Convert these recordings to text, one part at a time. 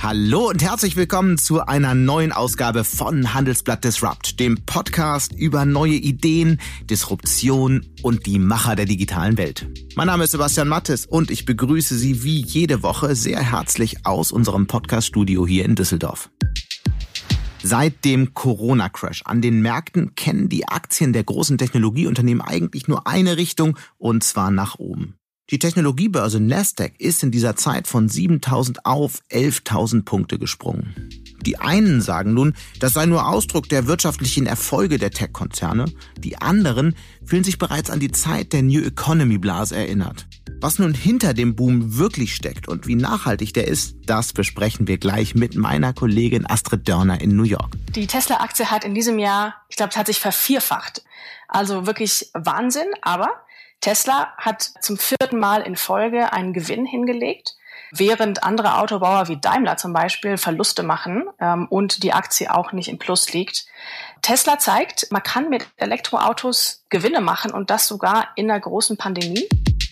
Hallo und herzlich willkommen zu einer neuen Ausgabe von Handelsblatt Disrupt, dem Podcast über neue Ideen, Disruption und die Macher der digitalen Welt. Mein Name ist Sebastian Mattes und ich begrüße Sie wie jede Woche sehr herzlich aus unserem Podcast-Studio hier in Düsseldorf. Seit dem Corona-Crash an den Märkten kennen die Aktien der großen Technologieunternehmen eigentlich nur eine Richtung, und zwar nach oben. Die Technologiebörse Nasdaq ist in dieser Zeit von 7.000 auf 11.000 Punkte gesprungen. Die einen sagen nun, das sei nur Ausdruck der wirtschaftlichen Erfolge der Tech-Konzerne. Die anderen fühlen sich bereits an die Zeit der New Economy-Blase erinnert. Was nun hinter dem Boom wirklich steckt und wie nachhaltig der ist, das besprechen wir gleich mit meiner Kollegin Astrid Dörner in New York. Die Tesla-Aktie hat in diesem Jahr, hat sich vervierfacht. Also wirklich Wahnsinn, aber Tesla hat zum 4. Mal in Folge einen Gewinn hingelegt, während andere Autobauer wie Daimler zum Beispiel Verluste machen und die Aktie auch nicht im Plus liegt. Tesla zeigt, man kann mit Elektroautos Gewinne machen und das sogar in einer großen Pandemie.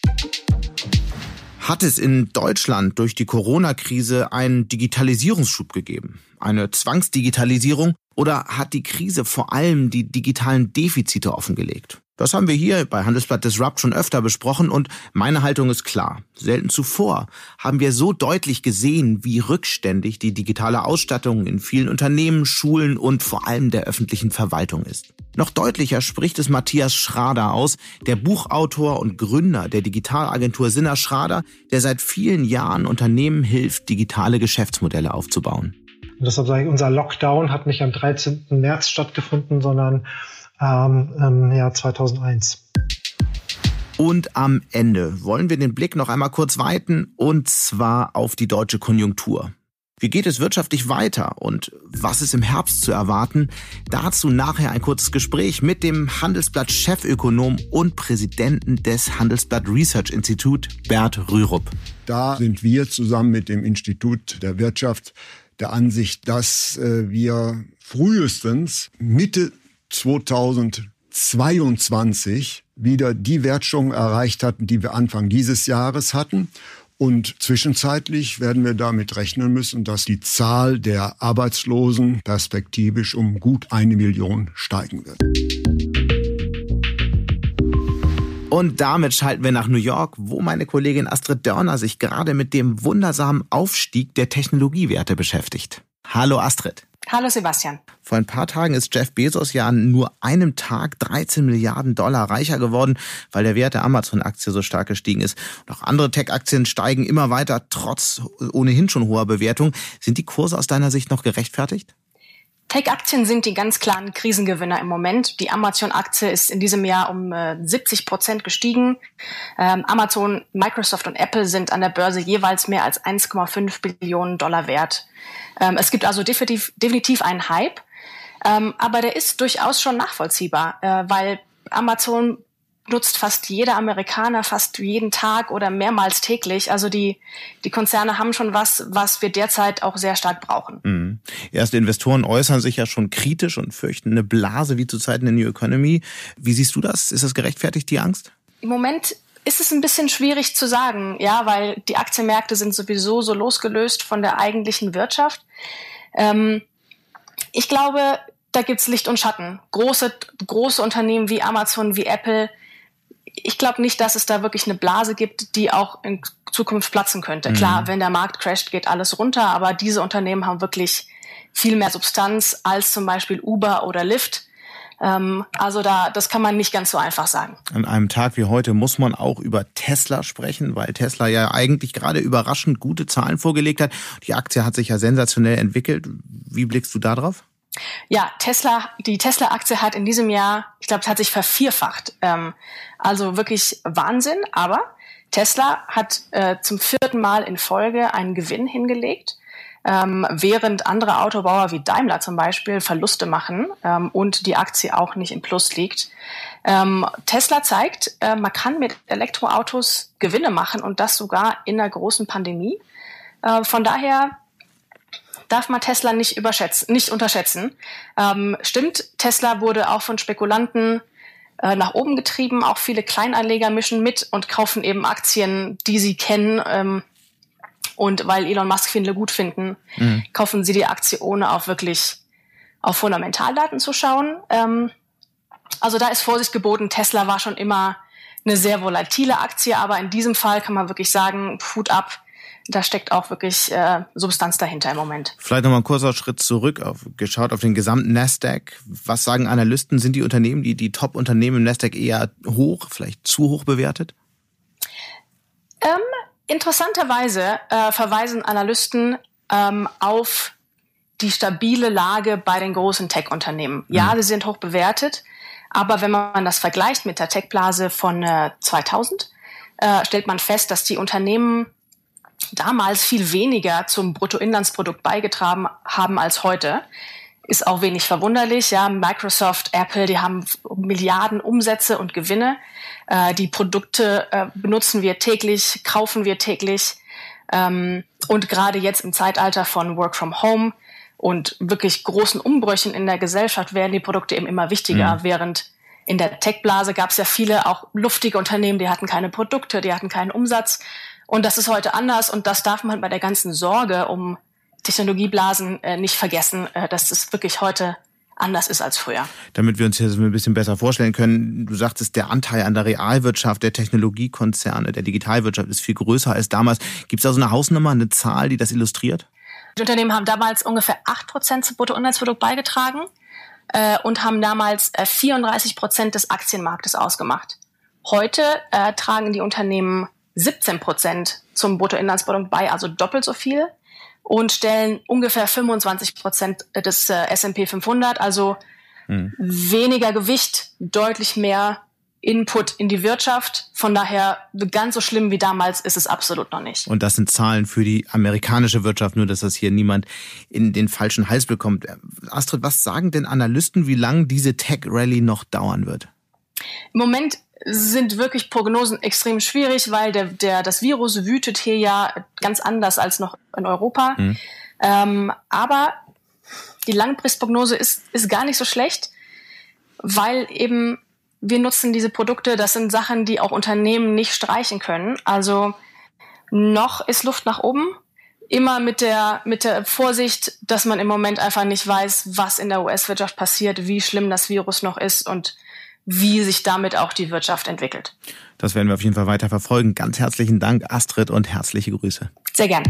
Hat es in Deutschland durch die Corona-Krise einen Digitalisierungsschub gegeben? Eine Zwangsdigitalisierung? Oder hat die Krise vor allem die digitalen Defizite offengelegt? Das haben wir hier bei Handelsblatt Disrupt schon öfter besprochen und meine Haltung ist klar. Selten zuvor haben wir so deutlich gesehen, wie rückständig die digitale Ausstattung in vielen Unternehmen, Schulen und vor allem der öffentlichen Verwaltung ist. Noch deutlicher spricht es Matthias Schrader aus, der Buchautor und Gründer der Digitalagentur Sinner Schrader, der seit vielen Jahren Unternehmen hilft, digitale Geschäftsmodelle aufzubauen. Und deshalb sage ich, unser Lockdown hat nicht am 13. März stattgefunden, sondern im Jahr 2001. Und am Ende wollen wir den Blick noch einmal kurz weiten, und zwar auf die deutsche Konjunktur. Wie geht es wirtschaftlich weiter und was ist im Herbst zu erwarten? Dazu nachher ein kurzes Gespräch mit dem Handelsblatt-Chefökonom und Präsidenten des Handelsblatt Research Institute, Bert Rürup. Da sind wir zusammen mit dem Institut der Wirtschaft der Ansicht, dass wir frühestens Mitte 2022 wieder die Wertschöpfung erreicht hatten, die wir Anfang dieses Jahres hatten. Und zwischenzeitlich werden wir damit rechnen müssen, dass die Zahl der Arbeitslosen perspektivisch um gut 1 Million steigen wird. Und damit schalten wir nach New York, wo meine Kollegin Astrid Dörner sich gerade mit dem wundersamen Aufstieg der Technologiewerte beschäftigt. Hallo Astrid. Hallo Sebastian. Vor ein paar Tagen ist Jeff Bezos ja an nur einem Tag 13 Milliarden Dollar reicher geworden, weil der Wert der Amazon-Aktie so stark gestiegen ist. Und auch andere Tech-Aktien steigen immer weiter, trotz ohnehin schon hoher Bewertung. Sind die Kurse aus deiner Sicht noch gerechtfertigt? Tech-Aktien sind die ganz klaren Krisengewinner im Moment. Die Amazon-Aktie ist in diesem Jahr um 70% gestiegen. Amazon, Microsoft und Apple sind an der Börse jeweils mehr als 1,5 Billionen Dollar wert. Es gibt also definitiv einen Hype, aber der ist durchaus schon nachvollziehbar, weil Amazon nutzt fast jeder Amerikaner fast jeden Tag oder mehrmals täglich. Also die Konzerne haben schon was wir derzeit auch sehr stark brauchen. Mhm. Erste Investoren äußern sich ja schon kritisch und fürchten eine Blase wie zu Zeiten der New Economy. Wie siehst du das? Ist das gerechtfertigt, die Angst? Im Moment ist es ein bisschen schwierig zu sagen, ja, weil die Aktienmärkte sind sowieso so losgelöst von der eigentlichen Wirtschaft. Ich glaube, da gibt's Licht und Schatten. Große Unternehmen wie Amazon, wie Apple. Ich glaube nicht, dass es da wirklich eine Blase gibt, die auch in Zukunft platzen könnte. Klar, wenn der Markt crasht, geht alles runter, aber diese Unternehmen haben wirklich viel mehr Substanz als zum Beispiel Uber oder Lyft. Also das kann man nicht ganz so einfach sagen. An einem Tag wie heute muss man auch über Tesla sprechen, weil Tesla ja eigentlich gerade überraschend gute Zahlen vorgelegt hat. Die Aktie hat sich ja sensationell entwickelt. Wie blickst du da drauf? Ja, die Tesla-Aktie hat in diesem Jahr, hat sich vervierfacht. Also wirklich Wahnsinn, aber Tesla hat zum 4. Mal in Folge einen Gewinn hingelegt, während andere Autobauer wie Daimler zum Beispiel Verluste machen und die Aktie auch nicht im Plus liegt. Tesla zeigt, man kann mit Elektroautos Gewinne machen und das sogar in einer großen Pandemie. Von daher darf man Tesla nicht unterschätzen. Stimmt, Tesla wurde auch von Spekulanten nach oben getrieben. Auch viele Kleinanleger mischen mit und kaufen eben Aktien, die sie kennen Und weil Elon Musk viele gut finden, kaufen sie die Aktie, ohne auch wirklich auf Fundamentaldaten zu schauen. Also da ist Vorsicht geboten. Tesla war schon immer eine sehr volatile Aktie, aber in diesem Fall kann man wirklich sagen, Hut ab, da steckt auch wirklich Substanz dahinter im Moment. Vielleicht nochmal ein kurzer Schritt zurück, geschaut auf den gesamten Nasdaq. Was sagen Analysten? Sind die Unternehmen, die Top-Unternehmen im Nasdaq eher hoch, vielleicht zu hoch bewertet? Interessanterweise verweisen Analysten auf die stabile Lage bei den großen Tech-Unternehmen. Ja, sie sind hoch bewertet, aber wenn man das vergleicht mit der Tech-Blase von 2000, stellt man fest, dass die Unternehmen damals viel weniger zum Bruttoinlandsprodukt beigetragen haben als heute. Ist auch wenig verwunderlich. Ja, Microsoft, Apple, die haben Milliarden Umsätze und Gewinne. Die Produkte benutzen wir täglich, kaufen wir täglich. Und gerade jetzt im Zeitalter von Work from Home und wirklich großen Umbrüchen in der Gesellschaft werden die Produkte eben immer wichtiger. Während in der Tech-Blase gab es ja viele auch luftige Unternehmen, die hatten keine Produkte, die hatten keinen Umsatz. Und das ist heute anders. Und das darf man bei der ganzen Sorge um Technologieblasen nicht vergessen, dass es wirklich heute anders ist als früher. Damit wir uns hier so ein bisschen besser vorstellen können, du sagtest, der Anteil an der Realwirtschaft, der Technologiekonzerne, der Digitalwirtschaft ist viel größer als damals. Gibt es da so eine Hausnummer, eine Zahl, die das illustriert? Die Unternehmen haben damals ungefähr 8% zum Bruttoinlandsprodukt beigetragen und haben damals 34% des Aktienmarktes ausgemacht. Heute tragen die Unternehmen 17% zum Bruttoinlandsprodukt bei, also doppelt so viel, und stellen ungefähr 25% des S&P 500, also weniger Gewicht, deutlich mehr Input in die Wirtschaft. Von daher, ganz so schlimm wie damals ist es absolut noch nicht. Und das sind Zahlen für die amerikanische Wirtschaft, nur dass das hier niemand in den falschen Hals bekommt. Astrid, was sagen denn Analysten, wie lange diese Tech-Rallye noch dauern wird? Im Moment sind wirklich Prognosen extrem schwierig, weil das Virus wütet hier ja ganz anders als noch in Europa. Aber die Langfristprognose ist gar nicht so schlecht, weil eben wir nutzen diese Produkte, das sind Sachen, die auch Unternehmen nicht streichen können. Also noch ist Luft nach oben. Immer mit der Vorsicht, dass man im Moment einfach nicht weiß, was in der US-Wirtschaft passiert, wie schlimm das Virus noch ist und wie sich damit auch die Wirtschaft entwickelt. Das werden wir auf jeden Fall weiter verfolgen. Ganz herzlichen Dank, Astrid, und herzliche Grüße. Sehr gerne.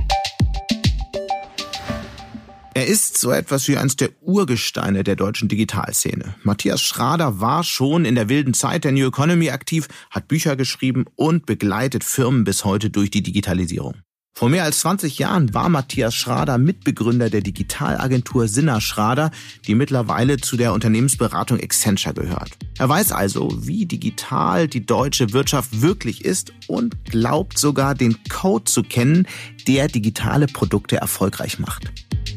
Er ist so etwas wie eines der Urgesteine der deutschen Digitalszene. Matthias Schrader war schon in der wilden Zeit der New Economy aktiv, hat Bücher geschrieben und begleitet Firmen bis heute durch die Digitalisierung. Vor mehr als 20 Jahren war Matthias Schrader Mitbegründer der Digitalagentur Sinner Schrader, die mittlerweile zu der Unternehmensberatung Accenture gehört. Er weiß also, wie digital die deutsche Wirtschaft wirklich ist und glaubt sogar, den Code zu kennen, der digitale Produkte erfolgreich macht.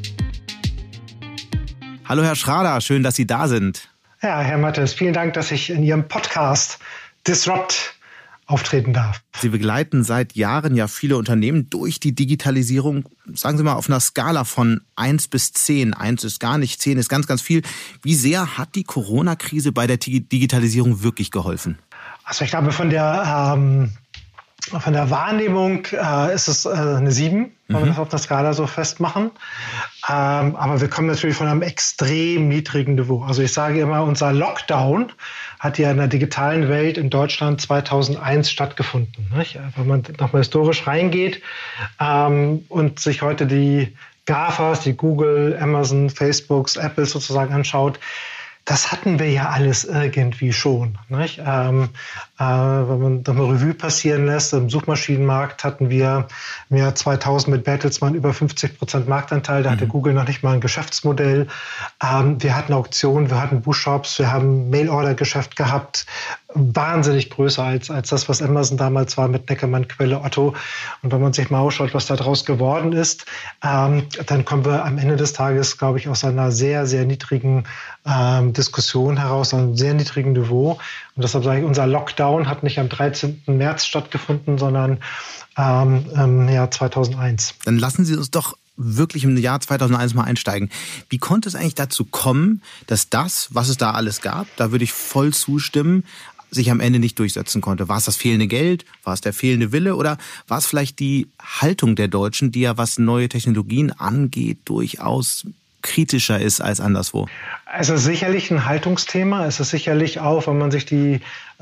Hallo Herr Schrader, schön, dass Sie da sind. Ja, Herr Mattes, vielen Dank, dass ich in Ihrem Podcast Disrupt auftreten darf. Sie begleiten seit Jahren ja viele Unternehmen durch die Digitalisierung. Sagen Sie mal auf einer Skala von 1 bis 10. 1 ist gar nicht, 10 ist ganz, ganz viel. Wie sehr hat die Corona-Krise bei der Digitalisierung wirklich geholfen? Also ich glaube, von der Wahrnehmung ist es eine 7, wenn wir das auf der Skala so festmachen. Aber wir kommen natürlich von einem extrem niedrigen Niveau. Also ich sage immer, unser Lockdown hat ja in der digitalen Welt in Deutschland 2001 stattgefunden. Nicht? Wenn man nochmal historisch reingeht und sich heute die GAFAs, die Google, Amazon, Facebooks, Apple sozusagen anschaut, das hatten wir ja alles irgendwie schon. Nicht? Wenn man das mal Revue passieren lässt, im Suchmaschinenmarkt hatten wir im Jahr 2000 mit Bertelsmann über 50% Marktanteil. Da hatte Google noch nicht mal ein Geschäftsmodell. Wir hatten Auktionen, wir hatten Buchshops, wir haben Mail-Order-Geschäft gehabt. Wahnsinnig größer als das, was Amazon damals war mit Neckermann, Quelle, Otto. Und wenn man sich mal ausschaut, was da draus geworden ist, dann kommen wir am Ende des Tages, glaube ich, aus einer sehr, sehr niedrigen Diskussion heraus, einem sehr niedrigen Niveau. Und deshalb sage ich, unser Lockdown hat nicht am 13. März stattgefunden, sondern im Jahr 2001. Dann lassen Sie uns doch wirklich im Jahr 2001 mal einsteigen. Wie konnte es eigentlich dazu kommen, dass das, was es da alles gab, da würde ich voll zustimmen, sich am Ende nicht durchsetzen konnte? War es das fehlende Geld? War es der fehlende Wille? Oder war es vielleicht die Haltung der Deutschen, die ja, was neue Technologien angeht, durchaus kritischer ist als anderswo? Es ist sicherlich ein Haltungsthema. Es ist sicherlich auch, wenn man sich die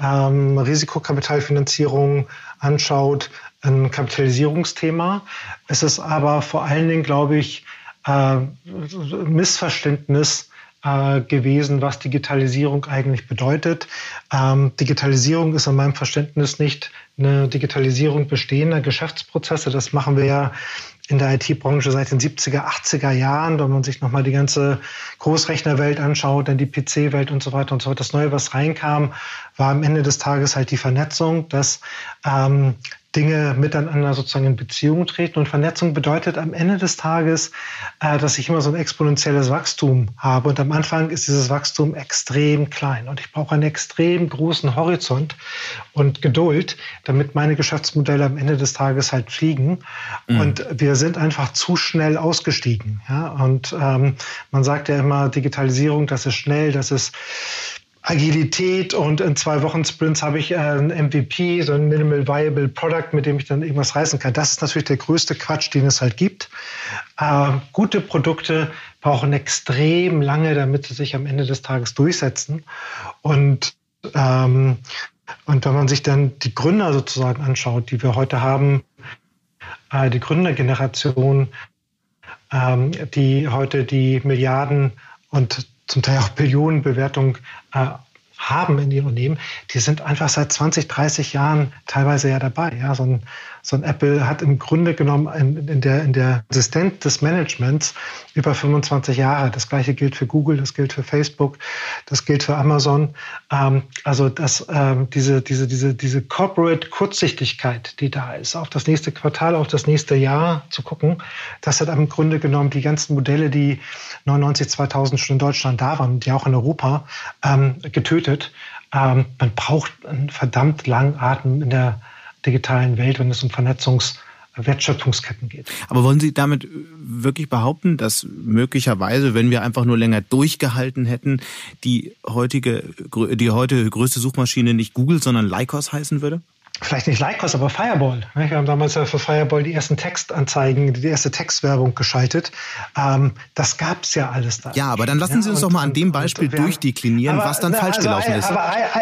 Risikokapitalfinanzierung anschaut, ein Kapitalisierungsthema. Es ist aber vor allen Dingen, glaube ich, Missverständnis gewesen, was Digitalisierung eigentlich bedeutet. Digitalisierung ist in meinem Verständnis nicht eine Digitalisierung bestehender Geschäftsprozesse. Das machen wir ja in der IT-Branche seit den 70er, 80er Jahren, wenn man sich nochmal die ganze Großrechnerwelt anschaut, dann die PC-Welt und so weiter und so fort. Das Neue, was reinkam, war am Ende des Tages halt die Vernetzung, dass Dinge miteinander sozusagen in Beziehung treten. Und Vernetzung bedeutet am Ende des Tages, dass ich immer so ein exponentielles Wachstum habe. Und am Anfang ist dieses Wachstum extrem klein. Und ich brauche einen extrem großen Horizont und Geduld, damit meine Geschäftsmodelle am Ende des Tages halt fliegen. Und wir sind einfach zu schnell ausgestiegen. Ja? Und man sagt ja immer, Digitalisierung, das ist schnell, das ist Agilität, und in 2 Wochen Sprints habe ich ein MVP, so ein Minimal Viable Product, mit dem ich dann irgendwas reißen kann. Das ist natürlich der größte Quatsch, den es halt gibt. Gute Produkte brauchen extrem lange, damit sie sich am Ende des Tages durchsetzen. Und wenn man sich dann die Gründer sozusagen anschaut, die wir heute haben, die Gründergeneration, die heute die Milliarden und zum Teil auch Billionenbewertung haben in ihren Unternehmen, die sind einfach seit 20, 30 Jahren teilweise ja dabei. Ja, so ein Apple hat im Grunde genommen in der Assistent des Managements über 25 Jahre. Das Gleiche gilt für Google, das gilt für Facebook, das gilt für Amazon. Also diese Corporate Kurzsichtigkeit, die da ist, auf das nächste Quartal, auf das nächste Jahr zu gucken, das hat im Grunde genommen die ganzen Modelle, die 99, 2000 schon in Deutschland da waren, die auch in Europa, getötet. Man braucht einen verdammt langen Atem in der digitalen Welt, wenn es um Wertschöpfungsketten geht. Aber wollen Sie damit wirklich behaupten, dass möglicherweise, wenn wir einfach nur länger durchgehalten hätten, die heute größte Suchmaschine nicht Google, sondern Lycos heißen würde? Vielleicht nicht Lycos, aber Fireball. Wir haben damals ja für Fireball die ersten Textanzeigen, die erste Textwerbung geschaltet. Das gab es ja alles da. Ja, aber dann lassen Sie uns doch mal an dem Beispiel durchdeklinieren, was dann falsch gelaufen ist.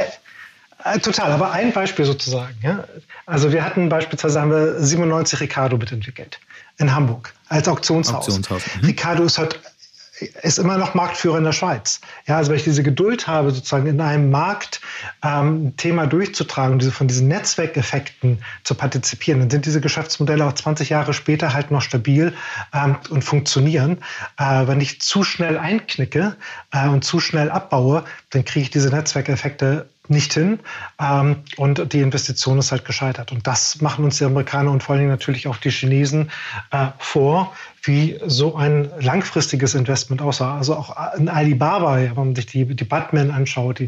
Total, aber ein Beispiel sozusagen. Ja? Also wir hatten beispielsweise, haben wir 97 Ricardo mitentwickelt in Hamburg als Auktionshaus. Ricardo ist immer noch Marktführer in der Schweiz. Ja, also wenn ich diese Geduld habe, sozusagen in einem Markt ein Thema durchzutragen, von diesen Netzwerkeffekten zu partizipieren, dann sind diese Geschäftsmodelle auch 20 Jahre später halt noch stabil und funktionieren. Wenn ich zu schnell einknicke und zu schnell abbaue, dann kriege ich diese Netzwerkeffekte nicht hin und die Investition ist halt gescheitert. Und das machen uns die Amerikaner und vor allen Dingen natürlich auch die Chinesen vor, wie so ein langfristiges Investment aussah. Also auch in Alibaba, wenn man sich die Batman anschaut,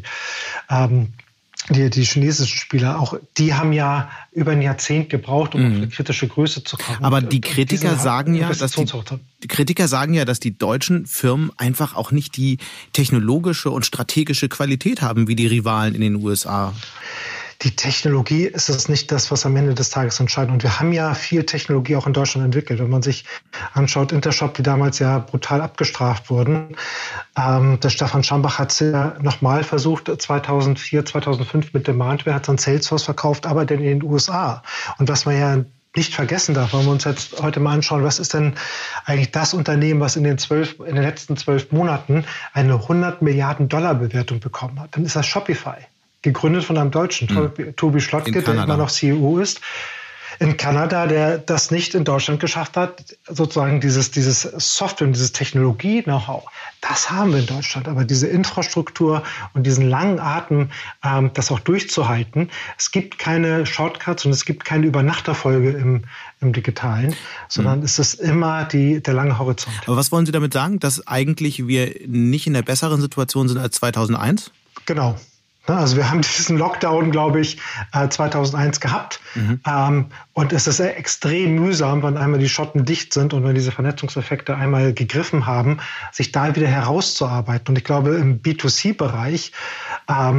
die chinesischen Spieler, auch die haben ja über ein Jahrzehnt gebraucht, um auf eine kritische Größe zu kommen. Aber die Kritiker sagen ja, dass die deutschen Firmen einfach auch nicht die technologische und strategische Qualität haben, wie die Rivalen in den USA. Die Technologie ist es nicht das, was am Ende des Tages entscheidet. Und wir haben ja viel Technologie auch in Deutschland entwickelt. Wenn man sich anschaut, Intershop, die damals ja brutal abgestraft wurden. Der Stefan Schambach hat es ja nochmal versucht, 2004, 2005 mit Demandware, hat dann Salesforce verkauft, aber denn in den USA. Und was man ja nicht vergessen darf, wenn wir uns jetzt heute mal anschauen, was ist denn eigentlich das Unternehmen, was in den letzten 12 Monaten eine $100 Milliarden Bewertung bekommen hat, dann ist das Shopify. Gegründet von einem Deutschen, Tobi Schlotke, der immer noch CEO ist, in Kanada, der das nicht in Deutschland geschafft hat, sozusagen dieses Software und dieses Technologie-Know-how, das haben wir in Deutschland. Aber diese Infrastruktur und diesen langen Atem, das auch durchzuhalten, es gibt keine Shortcuts und es gibt keine Übernachterfolge im Digitalen, sondern es ist immer der lange Horizont. Aber was wollen Sie damit sagen, dass eigentlich wir nicht in der besseren Situation sind als 2001? Genau. Also wir haben diesen Lockdown, glaube ich, 2001 gehabt. Und es ist extrem mühsam, wenn einmal die Schotten dicht sind und wenn diese Vernetzungseffekte einmal gegriffen haben, sich da wieder herauszuarbeiten. Und ich glaube, im B2C-Bereich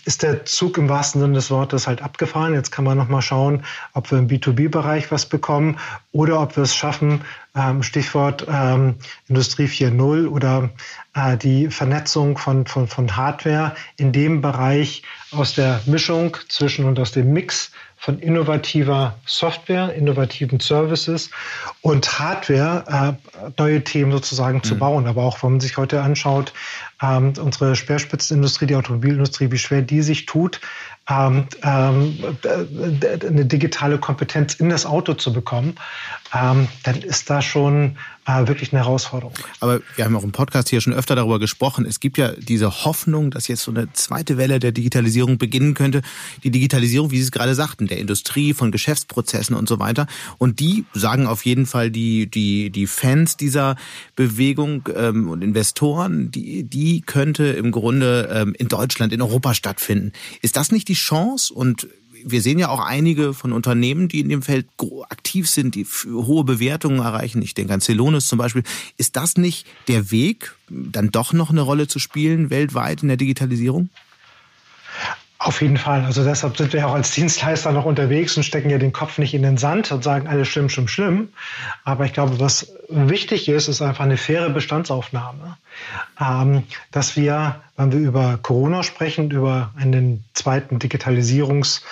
ist der Zug im wahrsten Sinne des Wortes halt abgefahren. Jetzt kann man noch mal schauen, ob wir im B2B-Bereich was bekommen oder ob wir es schaffen, Stichwort Industrie 4.0 oder die Vernetzung von Hardware in dem Bereich aus der Mischung zwischen und aus dem Mix von innovativer Software, innovativen Services und Hardware neue Themen sozusagen zu bauen. Aber auch, wenn man sich heute anschaut, unsere Speerspitzenindustrie, die Automobilindustrie, wie schwer die sich tut, eine digitale Kompetenz in das Auto zu bekommen, dann ist da schon wirklich eine Herausforderung. Aber wir haben auch im Podcast hier schon öfter darüber gesprochen. Es gibt ja diese Hoffnung, dass jetzt so eine zweite Welle der Digitalisierung beginnen könnte. Die Digitalisierung, wie Sie es gerade sagten, der Industrie, von Geschäftsprozessen und so weiter. Und die sagen auf jeden Fall die Fans dieser Bewegung und Investoren, die könnte im Grunde in Deutschland, in Europa stattfinden. Ist das nicht die Chance? Und wir sehen ja auch einige von Unternehmen, die in dem Feld aktiv sind, die hohe Bewertungen erreichen. Ich denke an Celonis zum Beispiel. Ist das nicht der Weg, dann doch noch eine Rolle zu spielen weltweit in der Digitalisierung? Auf jeden Fall. Also deshalb sind wir ja auch als Dienstleister noch unterwegs und stecken ja den Kopf nicht in den Sand und sagen, alles schlimm, schlimm, schlimm. Aber ich glaube, was wichtig ist einfach eine faire Bestandsaufnahme. Dass wir, wenn wir über Corona sprechen, über einen zweiten Digitalisierungsschub,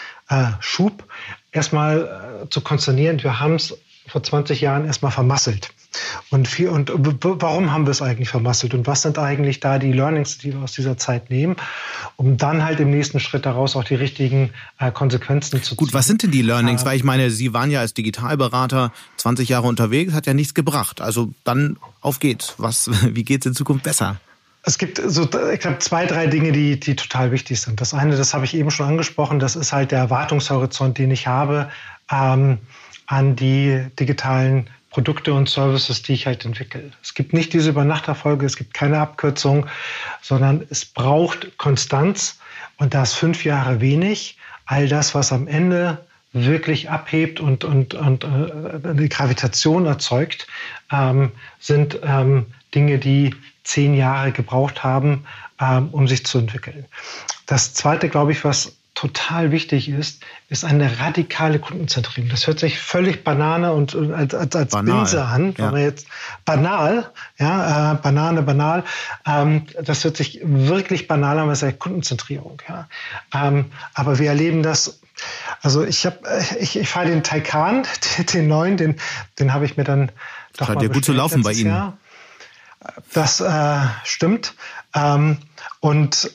erstmal zu konsternieren, wir haben es vor 20 Jahren erstmal vermasselt. Und warum haben wir es eigentlich vermasselt? Und was sind eigentlich da die Learnings, die wir aus dieser Zeit nehmen, um dann halt im nächsten Schritt daraus auch die richtigen Konsequenzen zu ziehen? Gut, was sind denn die Learnings? Weil ich meine, Sie waren ja als Digitalberater 20 Jahre unterwegs, hat ja nichts gebracht. Also dann auf geht's. Wie geht's in Zukunft besser? Es gibt so, ich glaube, 2, 3 Dinge, die total wichtig sind. Das eine, das habe ich eben schon angesprochen, das ist halt der Erwartungshorizont, den ich habe an die digitalen Produkte und Services, die ich halt entwickle. Es gibt nicht diese Übernachterfolge, es gibt keine Abkürzung, sondern es braucht Konstanz und da ist 5 Jahre wenig. All das, was am Ende wirklich abhebt und eine Gravitation erzeugt, sind Dinge, die 10 Jahre gebraucht haben, um sich zu entwickeln. Das Zweite, glaube ich, was total wichtig ist eine radikale Kundenzentrierung. Das hört sich völlig Banane und als Binse an. Ja. Wenn wir jetzt banal. Banal. Das hört sich wirklich banal an, das ist ja Kundenzentrierung. Ja. Aber wir erleben das. Also ich fahre den Taycan, den neuen, den habe ich mir dann doch mal bestellt. Scheint ja gut zu laufen bei Ihnen. Jahr. Das stimmt. Und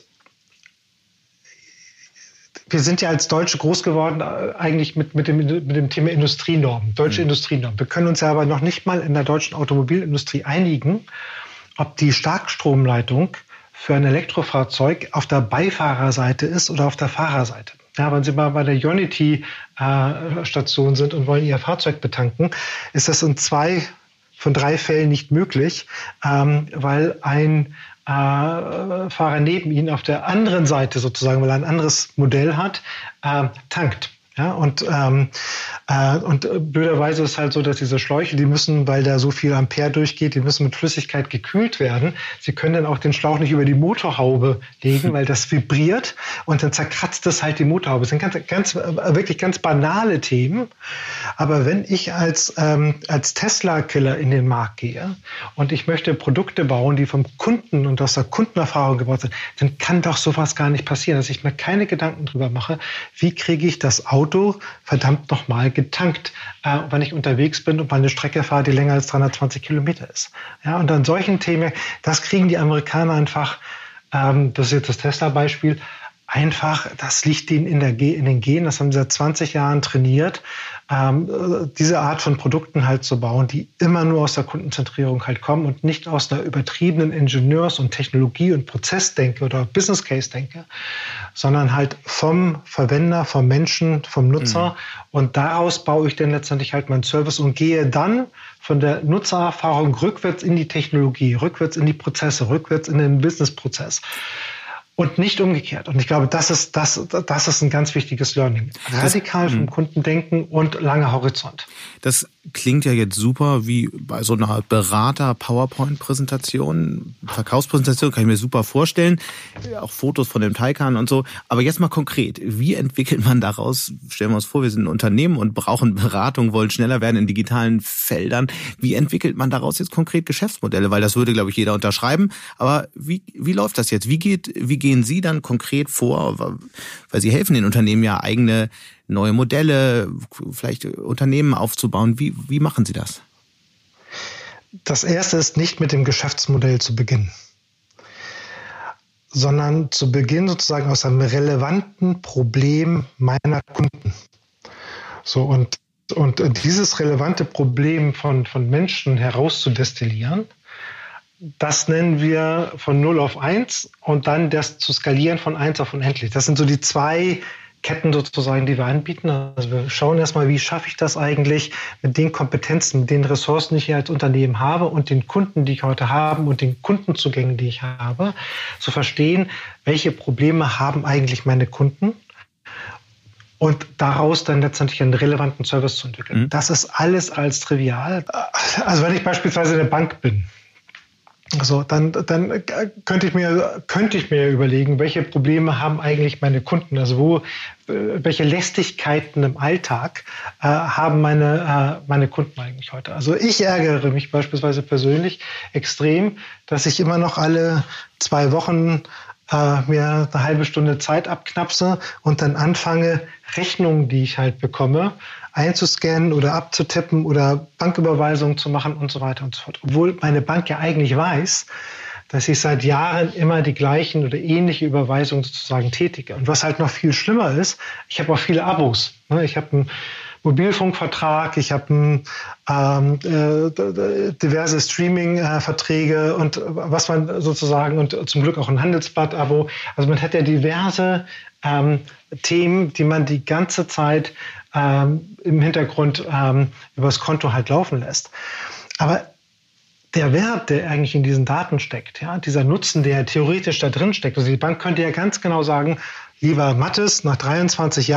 wir sind ja als Deutsche groß geworden, eigentlich mit dem Thema Industrienormen, deutsche Industrienormen. Wir können uns ja aber noch nicht mal in der deutschen Automobilindustrie einigen, ob die Starkstromleitung für ein Elektrofahrzeug auf der Beifahrerseite ist oder auf der Fahrerseite. Ja, wenn Sie mal bei der Ionity-Station sind und wollen Ihr Fahrzeug betanken, ist das in 2 von 3 Fällen nicht möglich, weil ein Fahrer neben Ihnen auf der anderen Seite sozusagen, weil er ein anderes Modell hat, tankt. Ja, und blöderweise ist es halt so, dass diese Schläuche, die müssen, weil da so viel Ampere durchgeht, die müssen mit Flüssigkeit gekühlt werden. Sie können dann auch den Schlauch nicht über die Motorhaube legen, weil das vibriert und dann zerkratzt das halt die Motorhaube. Das sind wirklich ganz banale Themen. Aber wenn ich als Tesla-Killer in den Markt gehe und ich möchte Produkte bauen, die vom Kunden und aus der Kundenerfahrung gebaut sind, dann kann doch sowas gar nicht passieren, dass ich mir keine Gedanken drüber mache, wie kriege ich das Auto verdammt nochmal getankt, wenn ich unterwegs bin und mal eine Strecke fahre, die länger als 320 Kilometer ist. Ja, und an solchen Themen, das kriegen die Amerikaner einfach, das ist jetzt das Tesla-Beispiel, einfach, das liegt ihnen in den Genen, das haben sie seit 20 Jahren trainiert, diese Art von Produkten halt zu bauen, die immer nur aus der Kundenzentrierung halt kommen und nicht aus einer übertriebenen Ingenieurs- und Technologie- und Prozessdenke oder Business-Case-Denke, sondern halt vom Verwender, vom Menschen, vom Nutzer. Und daraus baue ich dann letztendlich halt meinen Service und gehe dann von der Nutzererfahrung rückwärts in die Technologie, rückwärts in die Prozesse, rückwärts in den Business-Prozess. Und nicht umgekehrt. Und ich glaube, das ist ein ganz wichtiges Learning. Radikal vom Kunden denken und langer Horizont. Das klingt ja jetzt super wie bei so einer Berater-PowerPoint-Präsentation, Verkaufspräsentation, kann ich mir super vorstellen. Auch Fotos von dem Taycan und so. Aber jetzt mal konkret. Wie entwickelt man daraus, stellen wir uns vor, wir sind ein Unternehmen und brauchen Beratung, wollen schneller werden in digitalen Feldern. Wie entwickelt man daraus jetzt konkret Geschäftsmodelle? Weil das würde, glaube ich, jeder unterschreiben. Aber wie läuft das jetzt? Wie gehen Sie dann konkret vor? Weil Sie helfen den Unternehmen ja, eigene neue Modelle, vielleicht Unternehmen aufzubauen. Wie machen Sie das? Das Erste ist nicht mit dem Geschäftsmodell zu beginnen, sondern zu Beginn sozusagen aus einem relevanten Problem meiner Kunden. So, und dieses relevante Problem von Menschen herauszudestillieren, das nennen wir von 0 auf 1 und dann das zu skalieren von 1 auf unendlich. Das sind so die zwei Ketten sozusagen, die wir anbieten. Also wir schauen erstmal, wie schaffe ich das eigentlich mit den Kompetenzen, mit den Ressourcen, die ich hier als Unternehmen habe und den Kunden, die ich heute habe und den Kundenzugängen, die ich habe, zu verstehen, welche Probleme haben eigentlich meine Kunden und daraus dann letztendlich einen relevanten Service zu entwickeln. Das ist alles als trivial. Also wenn ich beispielsweise eine Bank bin, so, dann könnte ich mir überlegen, welche Probleme haben eigentlich meine Kunden, also welche Lästigkeiten im Alltag haben meine Kunden eigentlich heute. Also ich ärgere mich beispielsweise persönlich extrem, dass ich immer noch alle 2 Wochen mir eine halbe Stunde Zeit abknapse und dann anfange, Rechnungen, die ich halt bekomme, einzuscannen oder abzutippen oder Banküberweisungen zu machen und so weiter und so fort. Obwohl meine Bank ja eigentlich weiß, dass ich seit Jahren immer die gleichen oder ähnliche Überweisungen sozusagen tätige. Und was halt noch viel schlimmer ist, ich habe auch viele Abos. Ich habe einen Mobilfunkvertrag, ich habe diverse Streaming-Verträge und was man sozusagen und zum Glück auch ein Handelsblatt-Abo. Also man hat ja diverse Themen, die man die ganze Zeit im Hintergrund übers Konto halt laufen lässt. Aber der Wert, der eigentlich in diesen Daten steckt, ja, dieser Nutzen, der theoretisch da drin steckt, also die Bank könnte ja ganz genau sagen, lieber Mattes, nach 23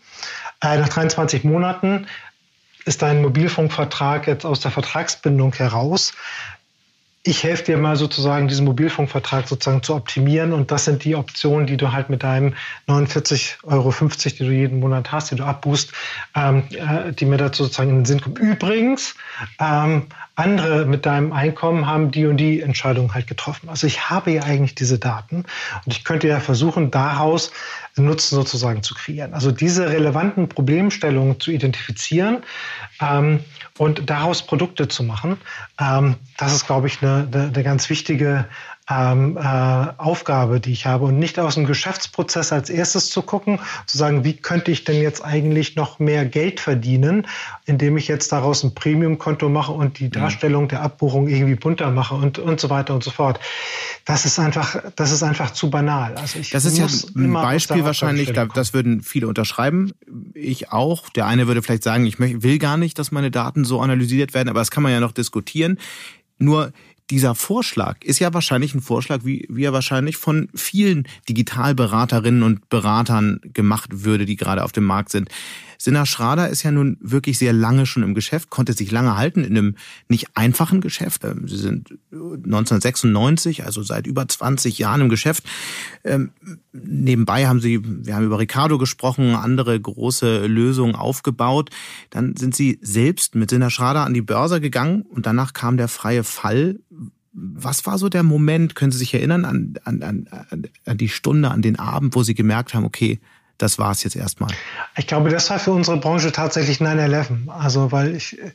Monaten ist dein Mobilfunkvertrag jetzt aus der Vertragsbindung heraus. Ich helfe dir mal sozusagen, diesen Mobilfunkvertrag sozusagen zu optimieren. Und das sind die Optionen, die du halt mit deinem 49,50 €, die du jeden Monat hast, die du abbuchst, die mir dazu sozusagen in den Sinn kommen. Übrigens, andere mit deinem Einkommen haben die und die Entscheidung halt getroffen. Also ich habe ja eigentlich diese Daten und ich könnte ja versuchen, daraus Nutzen sozusagen zu kreieren. Also diese relevanten Problemstellungen zu identifizieren und daraus Produkte zu machen, das ist, glaube ich, eine ganz wichtige Aufgabe, die ich habe. Und nicht aus dem Geschäftsprozess als erstes zu gucken, zu sagen, wie könnte ich denn jetzt eigentlich noch mehr Geld verdienen, indem ich jetzt daraus ein Premium-Konto mache und die Darstellung der Abbuchung irgendwie bunter mache und so weiter und so fort. Das ist einfach zu banal. Also das ist ja ein Beispiel wahrscheinlich, das würden viele unterschreiben. Ich auch. Der eine würde vielleicht sagen, ich will gar nicht, dass meine Daten so analysiert werden, aber das kann man ja noch diskutieren. Nur dieser Vorschlag ist ja wahrscheinlich ein Vorschlag, wie er wahrscheinlich von vielen Digitalberaterinnen und Beratern gemacht würde, die gerade auf dem Markt sind. Sina Schrader ist ja nun wirklich sehr lange schon im Geschäft, konnte sich lange halten in einem nicht einfachen Geschäft. Sie sind 1996, also seit über 20 Jahren im Geschäft. Nebenbei wir haben über Ricardo gesprochen, andere große Lösungen aufgebaut. Dann sind Sie selbst mit Sina Schrader an die Börse gegangen und danach kam der freie Fall. Was war so der Moment, können Sie sich erinnern, an die Stunde, an den Abend, wo Sie gemerkt haben, okay, das war es jetzt erstmal? Ich glaube, das war für unsere Branche tatsächlich 9/11. Also wir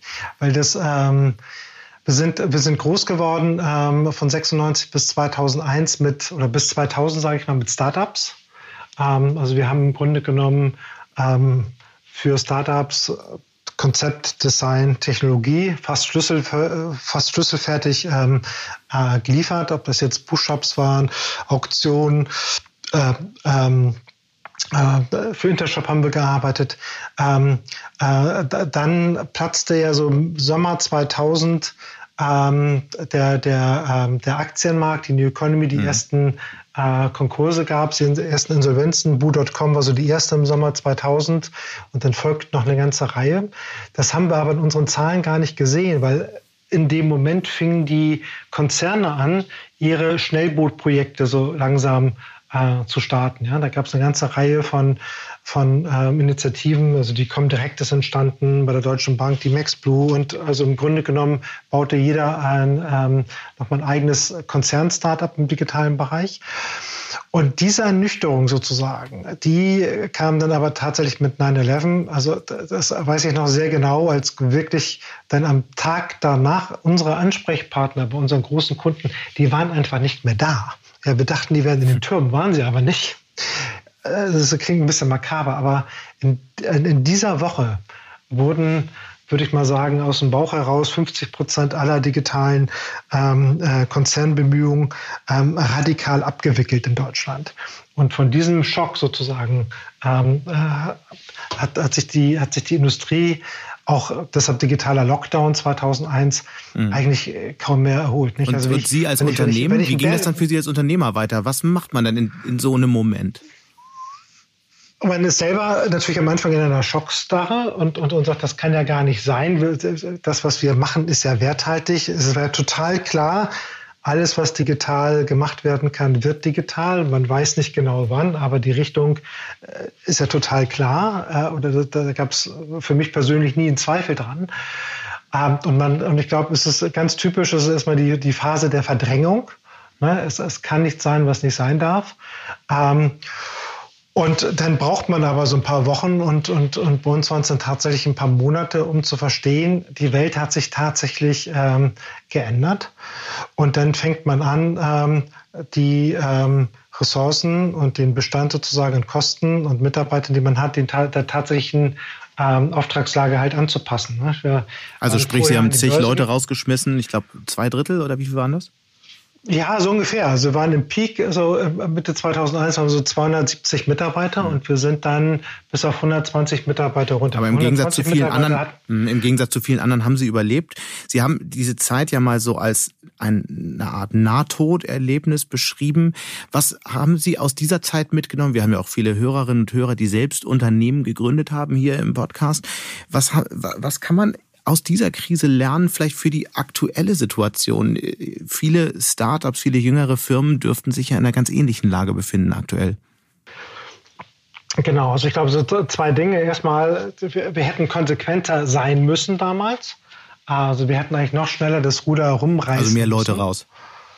sind groß geworden von 96 bis 2001 bis 2000, sage ich mal, mit Startups. Also wir haben im Grunde genommen für Startups Konzept, Design, Technologie fast schlüsselfertig geliefert, ob das jetzt Push-Ups waren, Auktionen, für Intershop haben wir gearbeitet. Dann platzte ja so im Sommer 2000 der Aktienmarkt, die New Economy, die ersten Konkurse gab, die ersten Insolvenzen. Boo.com war so die erste im Sommer 2000 und dann folgt noch eine ganze Reihe. Das haben wir aber in unseren Zahlen gar nicht gesehen, weil in dem Moment fingen die Konzerne an, ihre Schnellbootprojekte so langsam zu starten. Ja, da gab es eine ganze Reihe von Initiativen, also die Comdirect ist entstanden bei der Deutschen Bank, die MaxBlue, und also im Grunde genommen baute jeder nochmal ein eigenes Konzern-Startup im digitalen Bereich. Und diese Ernüchterung sozusagen, die kam dann aber tatsächlich mit 9/11. Also das weiß ich noch sehr genau, als wirklich dann am Tag danach unsere Ansprechpartner bei unseren großen Kunden, die waren einfach nicht mehr da. Ja, wir dachten, die wären in den Türmen, waren sie aber nicht. Das klingt ein bisschen makaber, aber in dieser Woche wurden, würde ich mal sagen, aus dem Bauch heraus 50% aller digitalen Konzernbemühungen radikal abgewickelt in Deutschland. Und von diesem Schock sozusagen hat sich die Industrie, auch deshalb digitaler Lockdown 2001, eigentlich kaum mehr erholt. Nicht? Und also Sie als Unternehmen, wie ging das dann für Sie als Unternehmer weiter? Was macht man dann in so einem Moment? Man ist selber natürlich am Anfang in einer Schockstarre und sagt, das kann ja gar nicht sein. Das, was wir machen, ist ja werthaltig. Es wäre total klar, alles, was digital gemacht werden kann, wird digital. Man weiß nicht genau wann, aber die Richtung ist ja total klar. Da gab es für mich persönlich nie einen Zweifel dran. Und ich glaube, es ist ganz typisch, es ist erstmal die Phase der Verdrängung. Es kann nicht sein, was nicht sein darf. Und dann braucht man aber so ein paar Wochen und bei uns waren es dann tatsächlich ein paar Monate, um zu verstehen, die Welt hat sich tatsächlich geändert. Und dann fängt man an, die Ressourcen und den Bestand sozusagen an Kosten und Mitarbeitern, die man hat, der tatsächlichen Auftragslage halt anzupassen. Also sprich, Sie haben zig Leute rausgeschmissen, ich glaube 2/3 oder wie viel waren das? Ja, so ungefähr. Also wir waren im Peak, so Mitte 2001 haben wir so 270 Mitarbeiter und wir sind dann bis auf 120 Mitarbeiter runter. Aber im Gegensatz zu vielen anderen haben Sie überlebt. Sie haben diese Zeit ja mal so als eine Art Nahtoderlebnis beschrieben. Was haben Sie aus dieser Zeit mitgenommen? Wir haben ja auch viele Hörerinnen und Hörer, die selbst Unternehmen gegründet haben hier im Podcast. Was kann man aus dieser Krise lernen, vielleicht für die aktuelle Situation? Viele Startups, viele jüngere Firmen dürften sich ja in einer ganz ähnlichen Lage befinden aktuell. Genau, also ich glaube, so 2 Dinge. Erstmal, wir hätten konsequenter sein müssen damals. Also wir hätten eigentlich noch schneller das Ruder rumreißen Also mehr Leute müssen. Raus.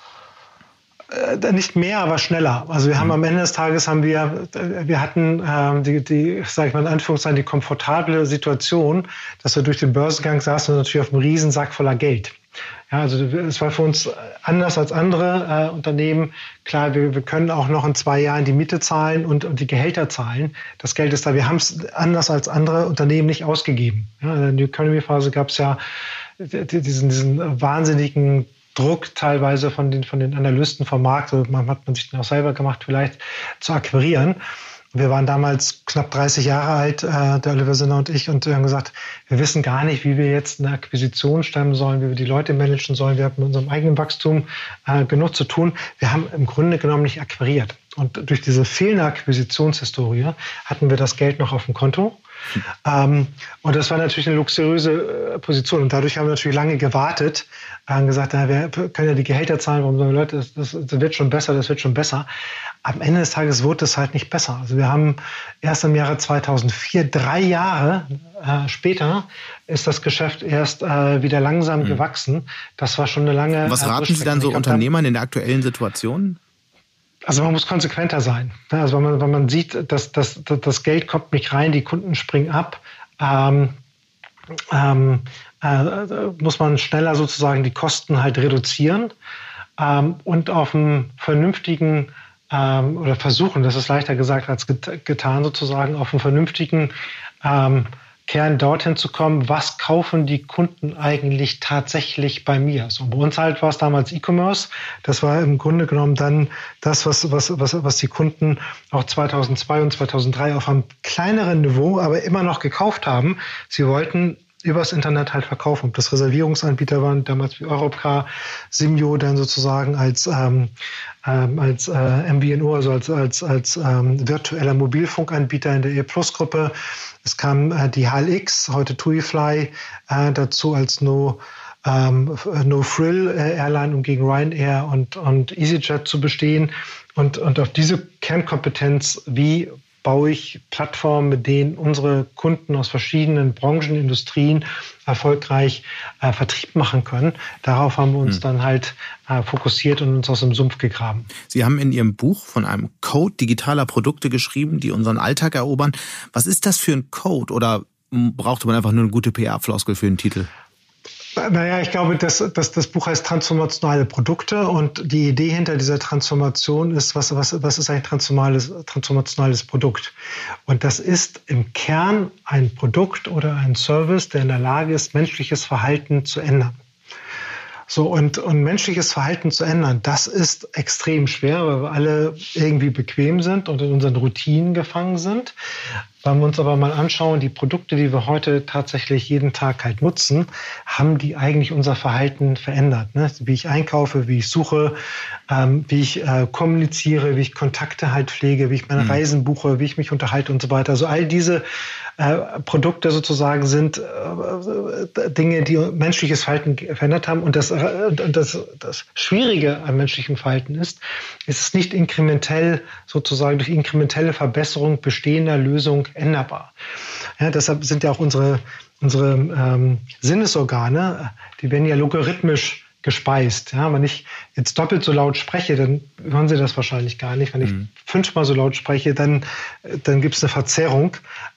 Nicht mehr, aber schneller. Also wir haben am Ende des Tages wir hatten die sage ich mal in Anführungszeichen, die komfortable Situation, dass wir durch den Börsengang saßen und natürlich auf einem Riesensack voller Geld. Ja, also es war für uns anders als andere Unternehmen. Klar, wir können auch noch in 2 Jahren die Miete zahlen und die Gehälter zahlen. Das Geld ist da. Wir haben es anders als andere Unternehmen nicht ausgegeben. Ja, in der New Economy Phase gab es ja diesen wahnsinnigen Druck teilweise von den Analysten vom Markt, hat man sich dann auch selber gemacht, vielleicht zu akquirieren. Wir waren damals knapp 30 Jahre alt, der Oliver Sinner und ich, und wir haben gesagt, wir wissen gar nicht, wie wir jetzt eine Akquisition stemmen sollen, wie wir die Leute managen sollen. Wir haben mit unserem eigenen Wachstum genug zu tun. Wir haben im Grunde genommen nicht akquiriert. Und durch diese fehlende Akquisitionshistorie hatten wir das Geld noch auf dem Konto. Und das war natürlich eine luxuriöse Position. Und dadurch haben wir natürlich lange gewartet, gesagt, wir können ja die Gehälter zahlen, warum sagen wir, Leute, das wird schon besser, das wird schon besser. Am Ende des Tages wurde es halt nicht besser. Also wir haben erst im Jahre 2004, 3 Jahre später, ist das Geschäft erst wieder langsam gewachsen. Das war schon eine lange... Und was raten Sie dann so Unternehmern in der aktuellen Situation? Also man muss konsequenter sein. Also wenn man sieht, dass das Geld kommt nicht rein, die Kunden springen ab, muss man schneller sozusagen die Kosten halt reduzieren und auf einen vernünftigen oder versuchen, das ist leichter gesagt als getan sozusagen, auf einen vernünftigen Kern dorthin zu kommen, was kaufen die Kunden eigentlich tatsächlich bei mir? So, bei uns halt war es damals E-Commerce. Das war im Grunde genommen dann das, was die Kunden auch 2002 und 2003 auf einem kleineren Niveau, aber immer noch gekauft haben. Sie wollten übers Internet halt verkaufen. Ob das Reservierungsanbieter waren, damals wie Europcar, Simyo dann sozusagen als MVNO, also als virtueller Mobilfunkanbieter in der E-Plus-Gruppe. Es kam die HLX, heute TuiFly, dazu als No-Frill-Airline, um gegen Ryanair und EasyJet zu bestehen. Und auf diese Kernkompetenz, wie baue ich Plattformen, mit denen unsere Kunden aus verschiedenen Branchen, Industrien erfolgreich Vertrieb machen können. Darauf haben wir uns dann halt fokussiert und uns aus dem Sumpf gegraben. Sie haben in Ihrem Buch von einem Code digitaler Produkte geschrieben, die unseren Alltag erobern. Was ist das für ein Code? Oder brauchte man einfach nur eine gute PR-Floskel für den Titel? Naja, ich glaube, das Buch heißt Transformationale Produkte und die Idee hinter dieser Transformation ist, was ist ein transformationales Produkt? Und das ist im Kern ein Produkt oder ein Service, der in der Lage ist, menschliches Verhalten zu ändern. So, und menschliches Verhalten zu ändern, das ist extrem schwer, weil wir alle irgendwie bequem sind und in unseren Routinen gefangen sind. Wenn wir uns aber mal anschauen, die Produkte, die wir heute tatsächlich jeden Tag halt nutzen, haben die eigentlich unser Verhalten verändert. Ne? Wie ich einkaufe, wie ich suche, wie ich kommuniziere, wie ich Kontakte halt pflege, wie ich meine Reisen buche, wie ich mich unterhalte und so weiter. Also all diese Produkte sozusagen sind Dinge, die menschliches Verhalten verändert haben. Und das Schwierige am menschlichen Verhalten ist es nicht inkrementell sozusagen durch inkrementelle Verbesserung bestehender Lösungen änderbar. Ja, deshalb sind ja auch unsere Sinnesorgane, die werden ja logarithmisch gespeist. Ja, wenn ich jetzt doppelt so laut spreche, dann hören Sie das wahrscheinlich gar nicht. Wenn ich 5-mal so laut spreche, dann gibt es eine Verzerrung.